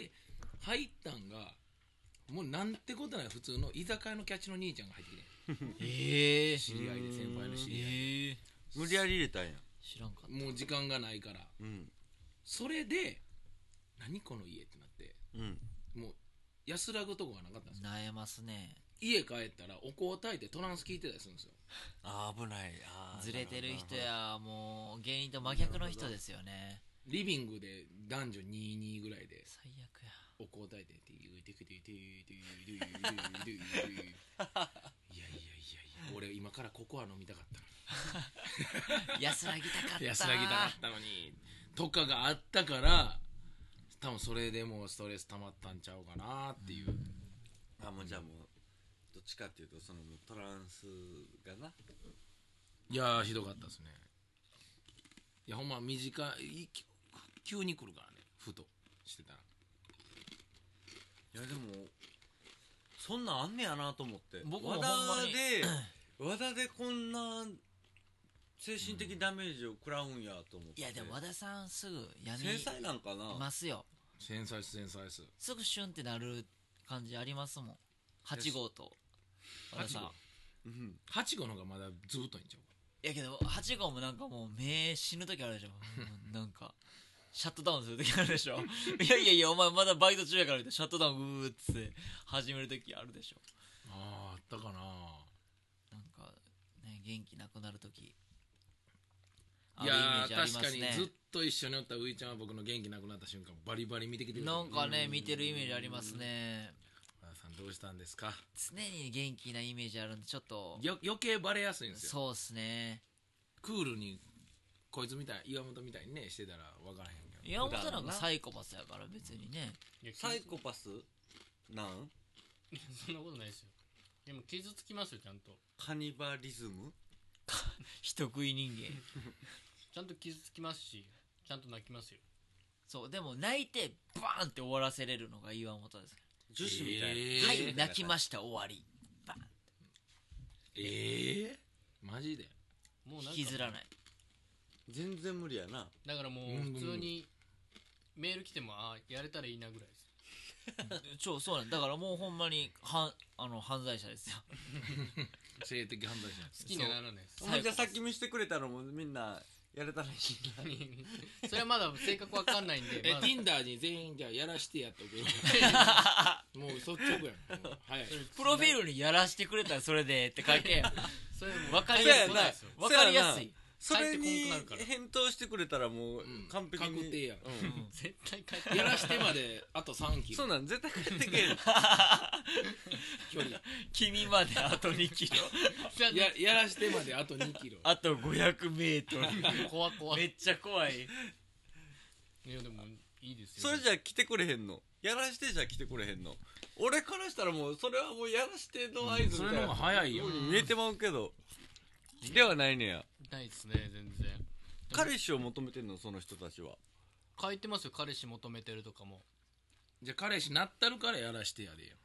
入ったんがもうなんてことない普通の居酒屋のキャッチの兄ちゃんが入ってきてええ知り合いで先輩の知り合いで、 ええ無理やり入れたんや。 知らんかった。 もう時間がないからうんそれで何この家ってなってうんもう安らぐとこがなかったんですよ。 悩ますね。 家帰ったらお香を炊いてトランス聞いてたりするんですよ。 あー危ない。あーずれてる人やもう芸人と真逆の人ですよね。 リビングで男女にたいにぐらいで最悪や。 お香を炊いてティーティクティティティティティティティティいやいやいやいや俺今からココア飲みたかったのに安らぎたかった。 安らぎたかったのにとかがあったから多分それでもうストレス溜まったんちゃうかなっていう、 あもうじゃあもうどっちかっていうとそのもうトランスがな。 いやーひどかったですね。いやほんま短い急に来るからねふとしてたら。 いやでもそんなんあんねやなと思って。 僕も和ほんまに田で和田でこんな精神的ダメージを食らうんやと思って。 いやでも和田さんすぐ闇繊細なんかな。 ますよ。 繊細す繊細すすぐシュンってなる感じありますもん。はち号と和田さん。 うんはち号の方がまだずっといいんちゃうか。 いやけどはち号もなんかもう目死ぬ時あるでしょ。うんなんかシャットダウンする時あるでしょ。いやいやいやお前まだバイト中やからってシャットダウンうーって始める時あるでしょ。 あああったかな。 なんかね元気なくなる時あいるイメやーージありますね。 確かにずっと一緒におったウイちゃんは僕の元気なくなった瞬間バリバリ見てきてる。 なんかね見てるイメージありますね。 和田さんどうしたんですか。 常に元気なイメージあるんでちょっとよ余計バレやすいんですよ。 そうっすね。 クールにこいつみたい岩本みたいにねしてたら分からへんけど。 岩本なんかサイコパスやから別にね。 いやサイコパスなんそんなことないですよ。でも傷つきますよちゃんと。 カニバリズム。 人食い人間ちゃんと傷つきますしちゃんと泣きますよ。 そうでも泣いてバーンって終わらせれるのが岩本です。 樹脂みたいな、 えーはい泣きました終わりバーンええー、マジで。 もうなんか引きずらない。 全然無理やな。 だからもう普通にメール来てもあやれたらいいなぐらいです。 そうそうなんだからもうほんまにはあの犯罪者ですよ。 性的犯罪者。 好きにはならないです。 お前じゃあさっき見せてくれたのもみんなやれたらいいな。 それはまだ性格わかんないんでえ、 まだ Tinder に全員じゃあやらしてやっておくよもう率直やんもう早い。 プロフィールにやらしてくれたらそれでって書けよ。 それもわかりそうやなやすいですよ。わかりやすい。 それに帰ってこんくなるから返答してくれたらもううん完璧に、 確定やんうん絶対帰ってやらしてまであとさんキロそうなん絶対帰ってけえ距離君まであとにキロややらしてまであとにキロ。 あとごひゃくメートル怖怖い。 めっちゃ怖い。 いやでもいいですよ。 それじゃあ来てくれへんの。やらしてじゃあ来てくれへんの。俺からしたらもうそれはもうやらしての合図みたいな、 それの方が早いやん風に見えてまうけどではないねや。 ないですね全然。 彼氏を求めてんのその人たちは。 書いてますよ彼氏求めてるとかも。 じゃあ彼氏なったるからやらしてやでよ。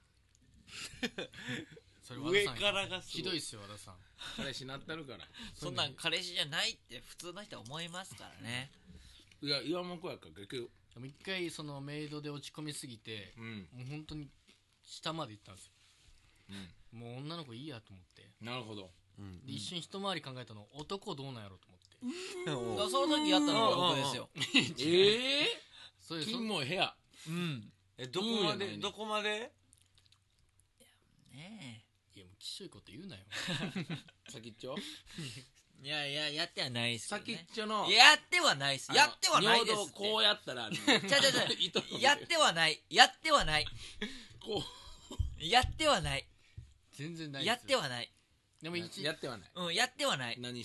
それ和上田さんからがすひどいっすよ和田さん。 彼氏なったるから。 そんなん彼氏じゃないって普通の人は思いますからね。 いや岩本やから結局。 でも一回そのメイドで落ち込みすぎてうんもう本当に下まで行ったんですよ。 うもう女の子いいやと思ってん。なるほど。 うんで一瞬一回り考えたの男どうなんやろうと思ってだからその時やったのが僕ですよ。 ええー、 そういうそ金も部屋。 うんえどこまうんやないねでどこまでねいやもうきしょいこと言うなよ。 先っちょえいやいややってはないっすけど先っね。 ちょのやってはないっす。やってはないですって。 尿道こうやったらちゃうちゃうちゃう糸のやってはないやってはないこやってはない全然ないです。 やってはないうでも一やってはない。 うんやってはない何したん。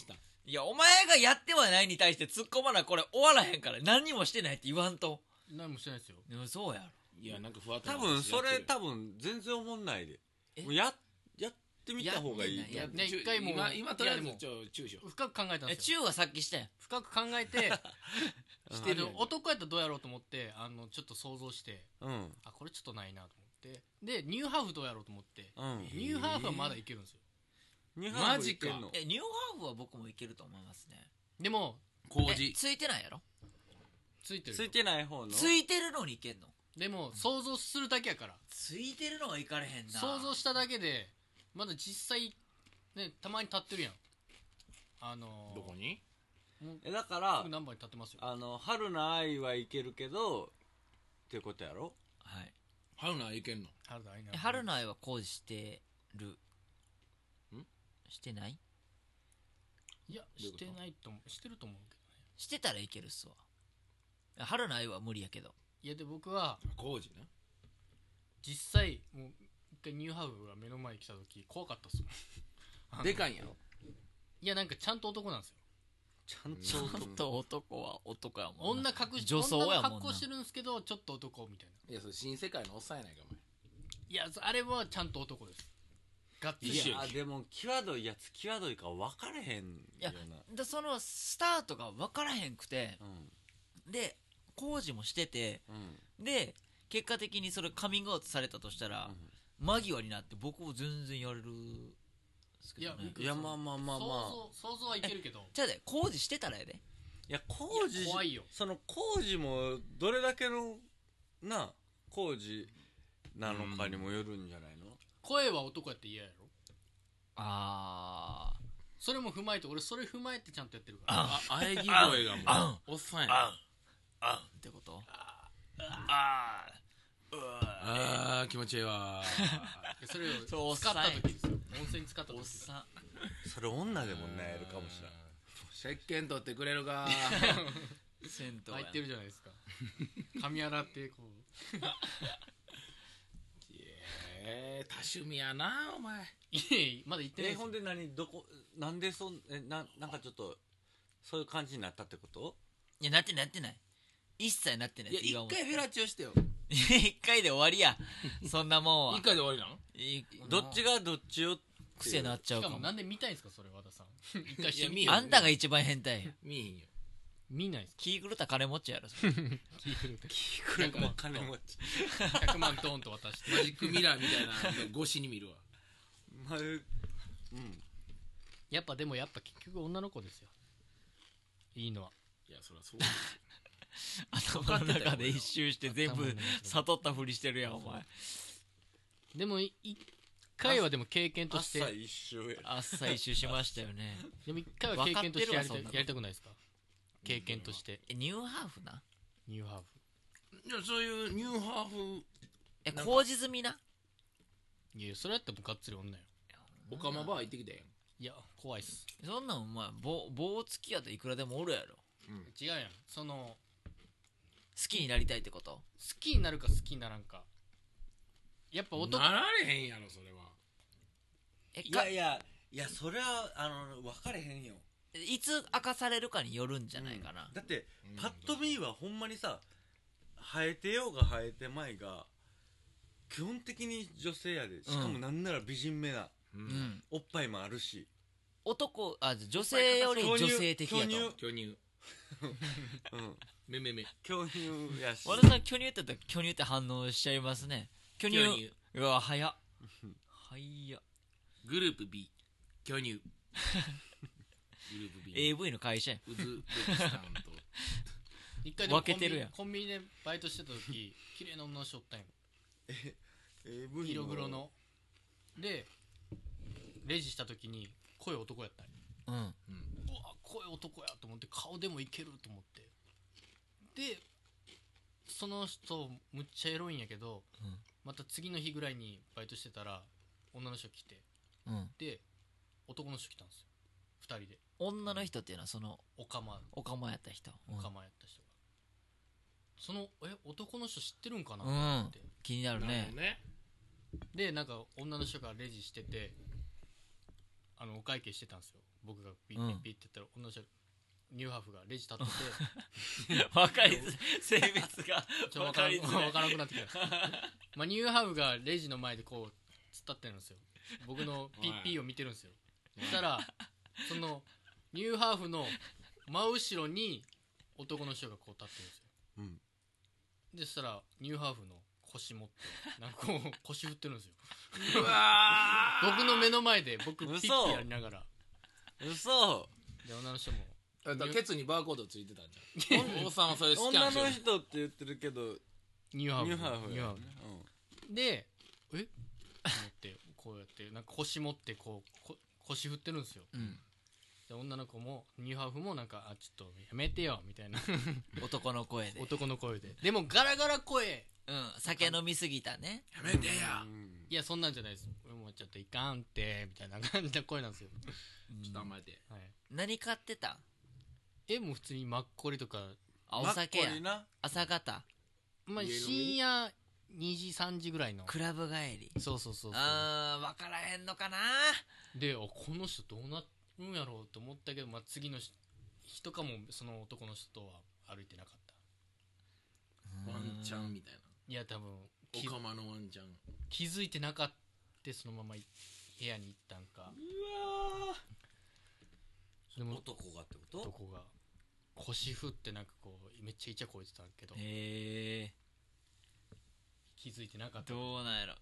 いやお前がやってはないに対して突っ込まなこれ終わらへんから何にもしてないって言わんと。 何もしてないですよ。 でもそうやろ。 いやなんかふわっと多分それやってる多分全然思んないでえもうややってみた方がいいやってないね一回もう今今とりあえずいやでもちょ注意深く考えたんえですよ。 中はさっきしたやん。 深く考えてしてあの男やったらどうやろうと思ってあのちょっと想像してうんあこれちょっとないなと思ってでニューハーフどうやろうと思ってうんニューハーフはまだいけるんですよ。 ニューハーフマジかいけんのえニューハーフは僕もいけると思いますね。 でもえ工事ついてないやろ。 ついてるついてない方のついてるのにいけんの。 でも想像するだけやからついてるのはいかれへんな。 想像しただけでまだ実際ねたまに立ってるやん。あのー、 どこにえだから僕何番に立ってますよ。 あの春の愛はいけるけどってことやろはい。 春菜いけんの春の愛なえ春の愛は工事してる。 んしてない。 いやしどういうことてないと思うしてると思うけどね。 してたらいけるっすわ。春の愛は無理やけど。 いやで僕は工事な実際もう一回ニューハーフが目の前に来た時怖かったっすもんあのでかいんやろいやなんかちゃんと男なんですよ。 ちゃんちょとっと男は男やもんな。 女隠し女装やもんな女の格好してるんですけどちょっと男みたいないやそれ新世界のおっさんやないかお前いやあれはちゃんと男ですがっつり一緒いやでも際どいやつ際どいか分かれへんよいやなでそのスタートが分からへんくてうんで工事もしててうんで結果的にそれカミングアウトされたとしたら、間際になって僕も全然やれるんですけどね。 いいやまあまあまあまあ想像想像はいけるけどじゃあね工事してたらやで。 いや工事いや怖いよその工事もどれだけのな工事なのかにもよるんじゃないの声は男やって嫌やろ。 あそれも踏まえて俺それ踏まえてちゃんとやってるからあ喘ぎ声がもうおっさんやああってことあああー気持ちいいわそれそうおを使っさんった時ですよ。温泉に使った時おっですよ。 さんそれ女でもなえるかもしれない石鹸取ってくれるか銭湯や入ってるじゃないですか髪洗ってこうえー、多趣味やなお前いえいえまだ行ってないですよ。 えほんで何どこなんでそんえななんかちょっとそういう感じになったってこといやなってないなってない一切なってないいや一今思う回フェラチオしてよ一回で終わりやそんなもんは一回で終わりなのいどっちがどっちよ癖なっちゃうかもしかもなんで見たいんですかそれ和田さん一回しいや見えてみてよあんたが一番変態や見えへんよ見ないですか気狂った金持ちやろそれ聞いてるってこれも金持ちひゃくまんドーンと渡してマジックミラーみたいなの越しに見るわまあうんやっぱでもやっぱ結局女の子ですよいいのはいやそりゃそう頭の中で一周して全部頭の中で悟ったふりしてるやんお前でもい一回はでも経験として朝一周やあっさ一周しましたよねでも一回は経験としてやりた分かってるわそんなのやりたくないですか経験としてえニューハーフなニューハーフいやそういうニューハーフえなんか工事済みないやそれやったらもうがっつり女よオカマバー行ってきたやんいや怖いっすそんなんお前棒棒付きやといくらでもおるやろ違うやんその好きになりたいってこと好きになるか好きにならんかやっぱ男なられへんやろそれはえかいやいやいやそれはあの分かれへんよいつ明かされるかによるんじゃないかな、 だってうんパッと見はほんまにさ生えてようが生えてまいが基本的に女性やでしかもなんなら美人めな、 ううんん、 おっぱいもあるし男あ女性より女性的やと巨乳巨乳うんめめめ巨乳やし和田さん巨乳って言ったら巨乳って反応しちゃいますね巨乳巨乳うわ早っ早っグループ B 巨乳グループ B エーブイ の会社やんウズベキスタンと一回でも分けてるやんコンビニコンビニでバイトしてた時綺麗な女の人おったんよエーブイ色黒のでレジした時に声男やったんようんうわ声男やと思って顔でもいけると思ってでその人むっちゃエロいんやけど、 うんまた次の日ぐらいにバイトしてたら女の人来てうんで男の人来たんですよふたりで女の人っていうのはそのオカマおかまやった人オカマやった人が、そのえ男の人知ってるんかなうと思っんて、 気になるなるねほどねでなんか女の人がレジしててあのお会計してたんですよ僕がピッピッピッって言ったら、女の人ニューハーフがレジ立ってて分かりづらい性別がちょ分かりづらい分からなくなってきたまあニューハーフがレジの前でこう突っ立ってるんですよ。僕のピッピーを見てるんですよ。そしたらそのニューハーフの真後ろに男の人がこう立ってるんですよ、 うん、 でそしたらニューハーフの腰持ってなんかこう腰振ってるんですようわ僕の目の前で僕ピッピーやりながら嘘で女の人もーだからケツにバーコードついてたんじゃんおっさんはそれスキャ女ンしてるの人って言ってるけどニューハーフニューハーフニューハーフでえと思ってこうやってなんか腰持ってこうこ腰振ってるんですよ、 うんで女の子もニューハーフもなんかあちょっとやめてよみたいな男の声で男の声ででもガラガラ声うん酒飲みすぎたねやめてやうんいやそんなんじゃないです俺もちょっといかんってみたいな感じの声なんですよ、 ちょっと甘えてはい、 何買ってたんえもう普通にマッコリとか、 あお酒やマッコリな朝方まあ、 家飲み深夜にじさんじぐらいのクラブ帰りそうそうそうそうあー分からへんのかなであこの人どうなるんやろうと思ったけど、まあ、次の人かもその男の人とは歩いてなかったワンチャンみたいないや多分きおかまのワンチャン気づいてなかったそのまま部屋に行ったんかでも男がってこと男が腰振ってなんかこうめっちゃイチャこいてたけどへえ気づいてなかったどうなんやろ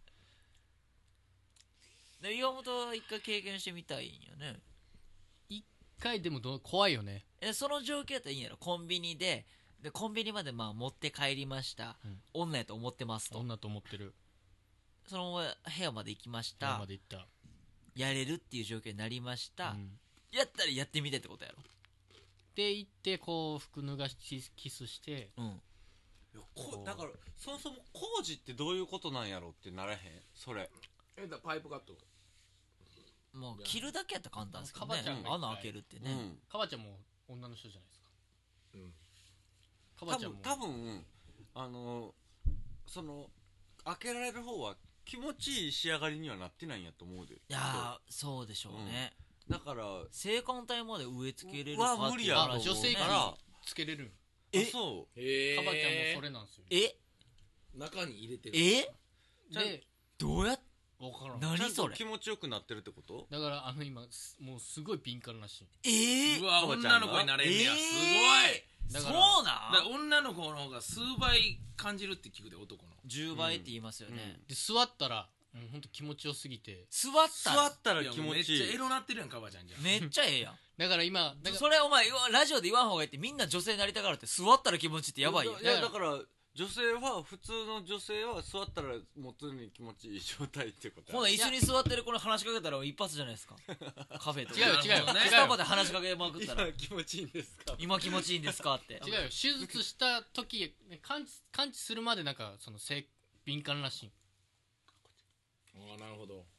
で岩本は一回経験してみたいんよね一回でもどう怖いよねえその状況やったらいいんやろコンビニででコンビニまでまあ持って帰りました、 うん女やと思ってますと女と思ってるそのまま部屋まで行きまし部屋たまで行った、 やれるっていう状況になりました、 うんやったらやってみてってことやろで行ってこう服脱がしキスしてうんいやこだからそもそも工事ってどういうことなんやろってならへんそれえだパイプカットもう切るだけやったら簡単ですけどねカバちゃんが穴開けるってね、 うんカバちゃんも女の人じゃないですかうんカバちゃんも多分多分あのその開けられる方は気持ちいい仕上がりにはなってないんやと思うでいやーそうでしょうね、 だから性感帯まで植え付けれるかは無理やあと思う女性器からつけれるんえあそうへえカバちゃんもそれなんですよえ中に入れてるえでどうやっ分からん何ちゃんそれと気持ちよくなってるってことだからあの今すもうすごい敏感らしいえー、 うわカバちゃんが女の子になれんねや、 えーすごいそうだからなんだから女の子の方が数倍感じるって聞くで男のじゅうばいって言いますよね、 で座ったらもうほんと気持ちよすぎて座ったら座ったらいや気持ちいいめっちゃエロなってるやんカバちゃんじゃんめっちゃええやんだから今だからそれお前ラジオで言わん方がいいってみんな女性になりたがるって座ったら気持ちいいってやばいよいやだから女性は普通の女性は座ったらもう常に気持ちいい状態ってことほな一緒に座ってる子に話しかけたら一発じゃないですかカフェとか違うよ違うよなるほどね違うよスタバで話しかけまくったら今気持ちいいんですか今気持ちいいんですかって違うよ手術した時感知感知するまでなんかその性敏感らしいああなるほど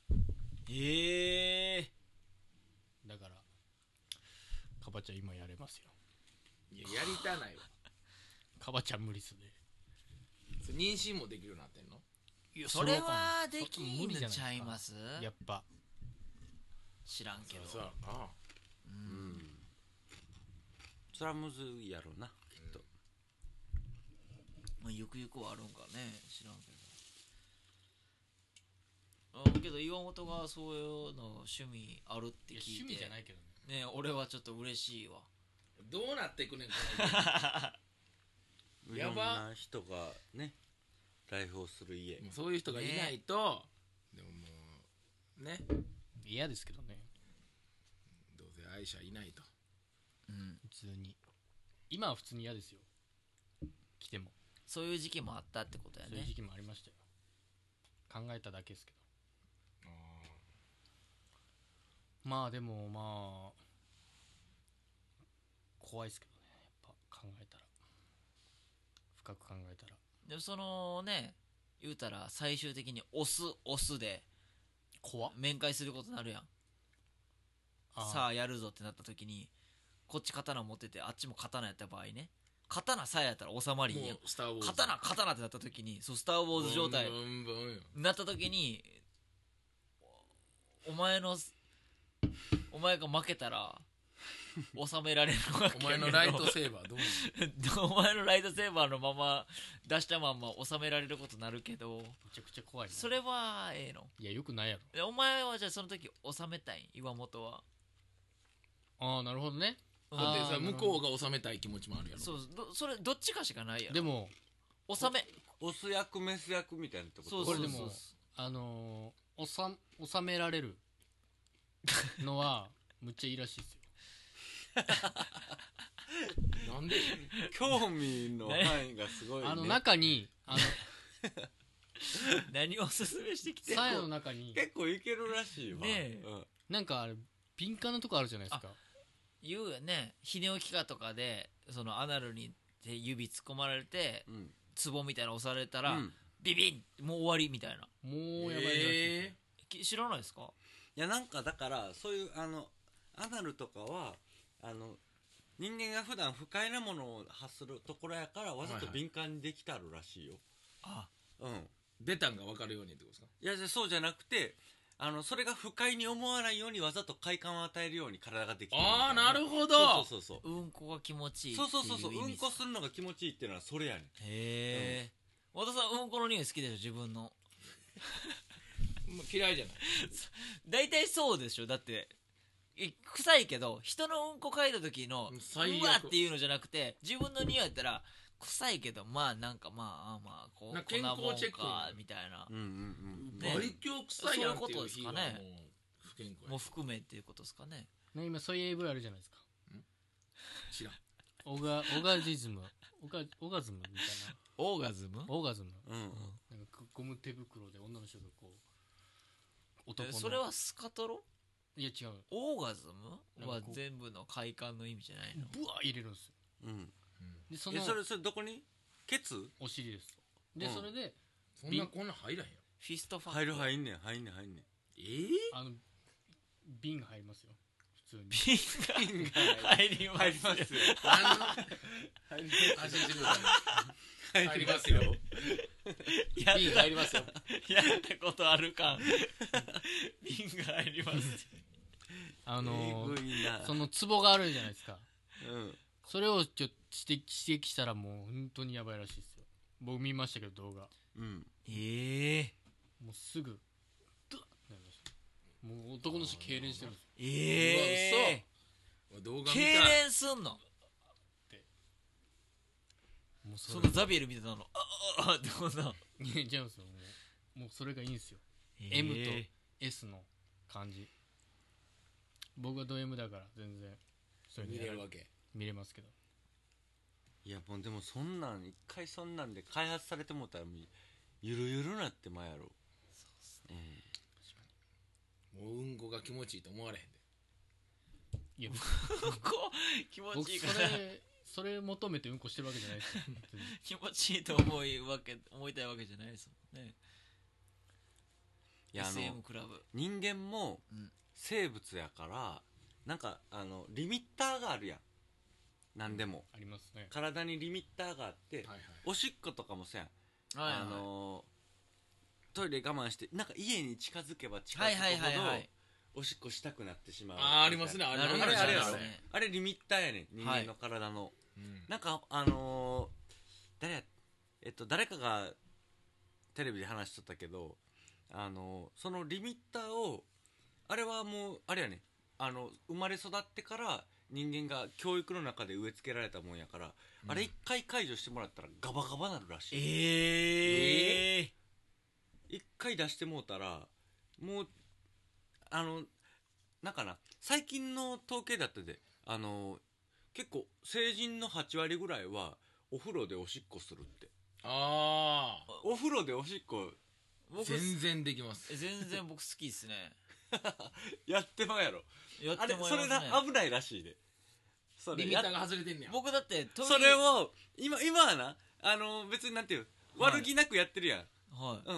ええだからカバちゃん今やれますよいややりたないわカバちゃん無理っすねそれ妊娠もできるようになってんのいやそれわかんなはいできんのちゃいますやっぱ知らんけどさあうんそれはむずいやろうなきっとまあゆくゆくはあるんかね知らんけどあけど岩本がそういうの趣味あるっていや聞いて趣味じゃないけどねね俺はちょっと嬉しいわどうなっていくねんこのいろんな人がねライフをする家もうそういう人がいないと、でももうね嫌ですけどねどうせ愛者いないとうん普通に今は普通に嫌ですよ来てもそういう時期もあったってことやねそういう時期もありましたよ考えただけですけどまあでもまあ怖いですけどねやっぱ考えたら深く考えたらでもそのね言うたら最終的にオスオスで怖っ面会することになるやんあさあやるぞってなった時にこっち刀持っててあっちも刀やった場合ね刀さえやったら収まりいいやんもうスター・ウォーズ刀刀ってなった時にそうスター・ウォーズ状態ブンブンブンよなった時におお前のお前が負けたら収められるわけお前のライトセーバーどうなのお前のライトセーバーのまま出したまんま収められることになるけど、 めちゃくちゃ怖いな。 それはええの？ いやよくないやろ。 でお前はじゃあその時収めたいん？岩本は。 ああなるほどね。 うんだってさあー向こうが収めたい気持ちもあるやろ。 そうどそれどっちかしかないやろ。 でも収めオス役メス役みたいなってことそうこれでもそうそうあのー、おさ収められるのはむっちゃいいらしいですよ。 なんで興味の範囲がすごいね。 あの中にあの何をおすすめしてきてん鞘の中に結構いけるらしいわ。 ねえうんなんかあれ敏感なとこあるじゃないですか。 言うよね。泌尿器科とかでそのアナルにで指突っ込まれてうんツボみたいなの押されたら、 うんビビンもう終わりみたいな。 もうやばいらしいですよ。 えき知らないですか？ いやなんかだからそういうあのアナルとかはあの人間が普段不快なものを発するところやからわざと敏感にできたるらしいよ。 あうん。 出たんが分かるようにってことですか？ いやじゃあそうじゃなくてあのそれが不快に思わないようにわざと快感を与えるように体ができてるみたいああなるほど。 そうそうそううんこが気持ちいいそうっていうそうそうそううん意味こするのが気持ちいいっていうのはそれやねん。 へえ、和田さんうんこの匂い好きでしょ自分の。 もう嫌いじゃない。 大体そうでしょ。だってえ臭いけど人のうんこ嗅いだ時の最悪うわっていうのじゃなくて自分の匂いやったら臭いけどまあなんかまあまあこうなんか健康チェックこんなもんかみたいなうんうんうんねバリキョウ臭いやんっていう日はもうそういうことですかね不健康やもう含めっていうことですかね。 ね今そういう エーブイ あるじゃないですか。 知らん。 オガオガジズムオガオガズムみたいなオーガズムオーガズムうんなんかゴム手袋で女の人がこう男のえそれはスカトロいや違うオーガズムはなんかこう全部の快感の意味じゃないの？ ブワー入れるんですよ。 うんでそのえそれそれどこにケツお尻ですで、 うんそれでそんなこんな入らへんよ。 フィストファック入る入んねん入んねん入んねんえー、 あの瓶が入りますよ普通に。 瓶が入ります入りますよ何の安心してください。入りますよ。 やっ瓶入りますよ。 やったことあるか瓶が入りますあのえぐいなそのツボがあるじゃないですか。 うんそれをちょっと指摘指摘したらもう本当にやばいらしいですよ。僕見ましたけど動画うんええもうすぐドゥッってなりました。もう男の人痙攣してるんですよ。 ええ動画見痙たい。 攣すんの？ もうそそれのザビエルみたいなのあああってこんな。 いや違うんですよ。もうもうそれがいいんですよ。M と S の感じ。僕はド M だから全然そういうのやら見れるわけ。 見れますけど。 いやもうでもそんなん一回そんなんで開発されてもうたらもうゆるゆるなって前やろ。そうっすねもううんこが気持ちいいと思われへんで。 いやこう気持僕ちいいからそれそれ求めてうんこしてるわけじゃないですよ。 気持ちいいと思うわけ思いたいわけじゃないですもんね。 いやあエスエムのクラブ人間もうん生物やからなんかあのリミッターがあるやん。何でもありますね。 体にリミッターがあって、 はいはい。 おしっことかもせん、 はいはいあのトイレ我慢してなんか家に近づけば近づはいはいくほどはいはいおしっこしたくなってしまう。 あーありますね。あれなるほどあれあれやろなるほどねあれリミッターやねん人間の体の、 うんなんかあのー誰やえっと誰かがテレビで話しとったけどあのーそのリミッターをあれはもうあれやねんあの生まれ育ってから人間が教育の中で植え付けられたもんやから、 うんあれ一回解除してもらったらガバガバなるらしい。 ええ一回出してもうたらもうあのなんかな最近の統計だってであの結構成人のはち割ぐらいはお風呂でおしっこするって。 あお風呂でおしっこあ。 僕全然できます。 え全然僕好きですね。 やってまうやろ。 やってあれそれもらいますねな危ないらしいで。それやリミッターが外れてんねや。 僕だってトイレそれを今今はなあの別になんていう悪気なくやってるやん。 はいうん。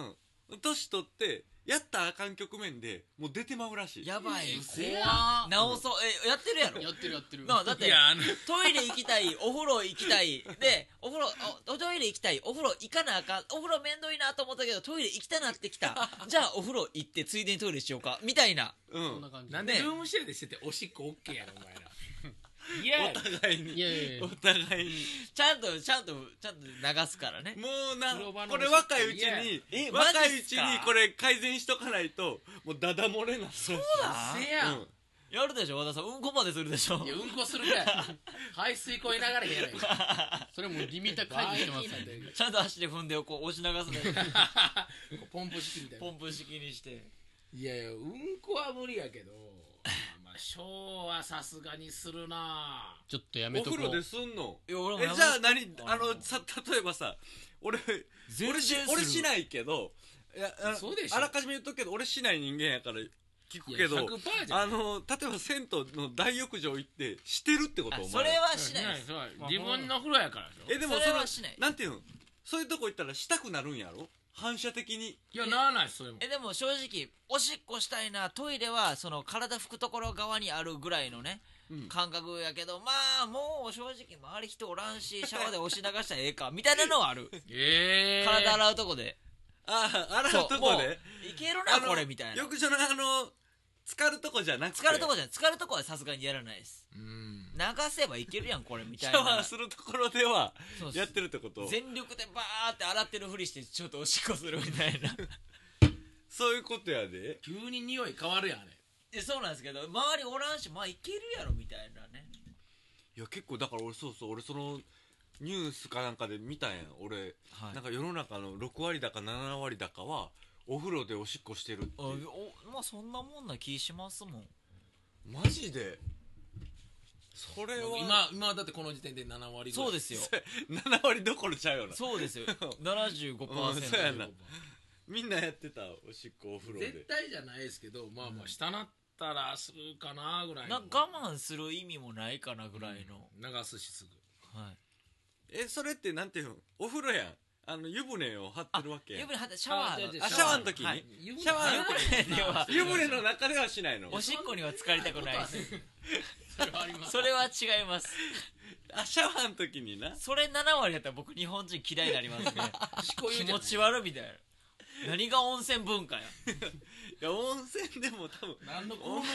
年取ってやったらあかん局面でもう出てまうらしい。 やばいよせや直そうえやってるやろやってるやってるなあだっていやあのトイレ行きたいお風呂行きたいでお風呂おおトイレ行きたいお風呂行かなあかんお風呂めんどいなと思ったけどトイレ行きたなってきたじゃあお風呂行ってついでにトイレしようかみたいなうそんなん感じなんでルームシェアでしてておしっこ OK やろお前らいやお互いにいやいやいやお互いにちゃんとちゃんとちゃんと流すからねもうな風呂場のこれ若いうちいやにえ若マジっすかいうちにこれ改善しとかないともうダダ漏れなそうだせやうんやるでしょ和田さんうんこまでするでしょいやうんこするかい排水溝に流れへんやないかそれもうリミッター解除してますよねちゃんと足で踏んでこう押し流すねポンプ式みたいなポンプ式にしていやいやうんこは無理やけどまあショーはさすがにするなちょっとやめとこうお風呂ですんのいや俺もやめえじゃあ何あのさ例えばさ俺全然俺しする俺しないけどいやあそうでしょあらかじめ言っとくけど俺しない人間やから聞くいやけどひゃくパーセントじゃんあの例えば銭湯の大浴場行ってしてるってことお前あそれはしないですそう自分の風呂やからでしょえでもそそのれはしないなんていうのそういうとこ行ったらしたくなるんやろ反射的にいやならないそれもえでも正直おしっこしたいなトイレはその体拭くところ側にあるぐらいのね、 うん感覚やけどまあもう正直周り人おらんしシャワーで押し流したらええかみたいなのはあるええ体洗うとこでああ洗うそうとこでもういけるなあのこれみたいな浴場のあの浸かるとこじゃなくて浸かるとこじゃない浸かるとこはさすがにやらないですうん流せばいけるやんこれみシたいなャワーするところではそうそうやってるってこと全力でバーって洗ってるふりしてちょっとおしっこするみたいなそういうことやで急に匂い変わるやんあれでそうなんですけど周りおらんしまあいけるやろみたいなねいや結構だから俺そうそう俺そのニュースかなんかで見たんや俺、 はいなんか世の中のろくわりだかななわりだかはお風呂でおしっこしてるってあおまあそんなもんな気しますもんマジでそれは今今だってこの時点でななわりぐらいそうですよななわりどころちゃうよなそうですよ ななじゅうごパーセント、 うんそうやなみんなやってたおしっこお風呂で絶対じゃないですけどまあまあ下なったらするかなぐらいのな我慢する意味もないかなぐらいの、 流すしすぐはいえそれってなんていうのお風呂やんあの湯船を張ってるわけやん湯船張ってシャワーのあじゃああシャワーの時に、 はい湯船シャワー湯船では湯船の中ではしないのおしっこには浸かりたくないですそれはありますそれは違いますあシャワーの時になそれななわりだったら僕日本人嫌いになりますね気持ち悪いみたいな何が温泉文化やいや温泉でも多分何の効能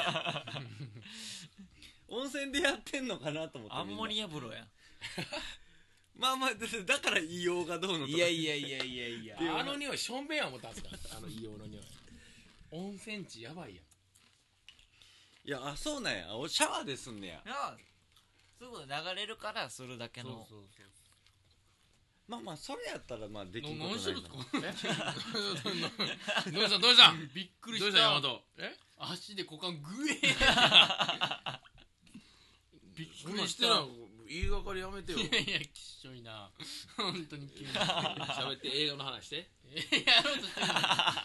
温泉でやってんのかなと思ってアンモニアア風呂やまあまあだだから硫黄がどうのとかいやいやいやいやいやあの匂いしょんべんや思ったんすかあの硫黄の匂い温泉地やばいやんいやあそうなんやおシャワーですんねやいやすぐ流れるからするだけのそうそうまあまあそれやったらまあできそうんことない何してるんですなかどうしたどうしたびっくりどうししたた山本え足で股間グエーびっくりし今してたの言いがかりやめてよいやいやきっしょいな本当に急に喋って映画の話してやろうとしてる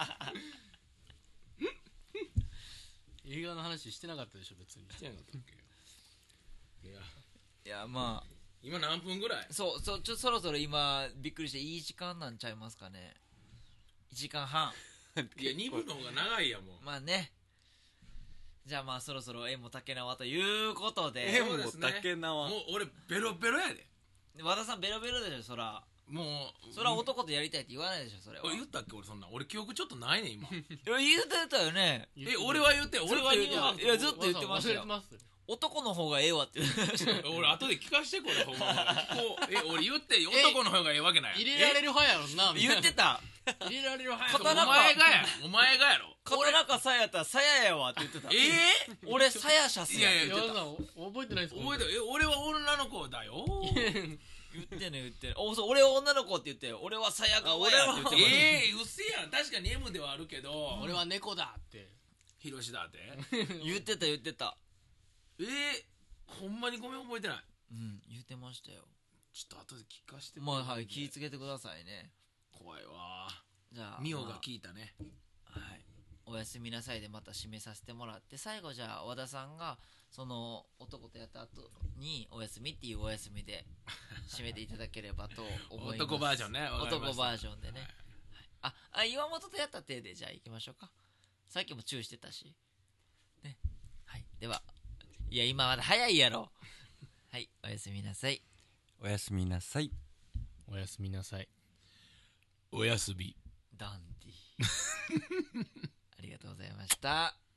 映画の話してなかったでしょ別にしてなかったっけいやいやまあ今何分ぐらいそうそうちょそろそろ今びっくりしていい時間なんちゃいますかねいちじかんはんいやにぶの方が長いやもんまあねじゃあまあそろそろ縁も竹縄ということで縁もそうですね竹縄もう俺ベロベロやで和田さんベロベロでしょそらもうそら男とやりたいって言わないでしょそれは俺言ったっけ俺そんな俺記憶ちょっとないねん今いや言うてたよねえ俺は言って俺は言っていやずっと言ってましたよ忘れてます男の方がええわって俺後で聞かしてこれほんま聞こうえ俺言って男の方がええわけない入れられる派やろな言ってた入れられる派おやろ刀前がやお前がやろ片中さやったらさややわって言ってたええ俺さやシャスやいやいや山田さん覚えてないですか覚えてえ俺は女の子だよ言ってね言ってねおそう俺は女の子って言って俺はさや側やって言ってましたええうっせやん確かに M ではあるけど俺は猫だってヒロシだって言ってた言ってたええほんまにごめん覚えてないうん言ってましたよちょっと後で聞かしてまあはい気ぃつけてくださいね怖いわじゃあミオがま聞いたねあはいおやすみなさいでまた締めさせてもらって最後じゃあ和田さんがその男とやった後におやすみっていうおやすみで締めていただければと思います男バージョンねわかりました男バージョンでね、 はいああ岩本とやった手でじゃあ行きましょうか。さっきもチューしてたしね。はいではいや今まだ早いやろはいおやすみなさい。 おやすみなさい。 おやすみなさい。 おやすみ。 ダンディありがとうございました。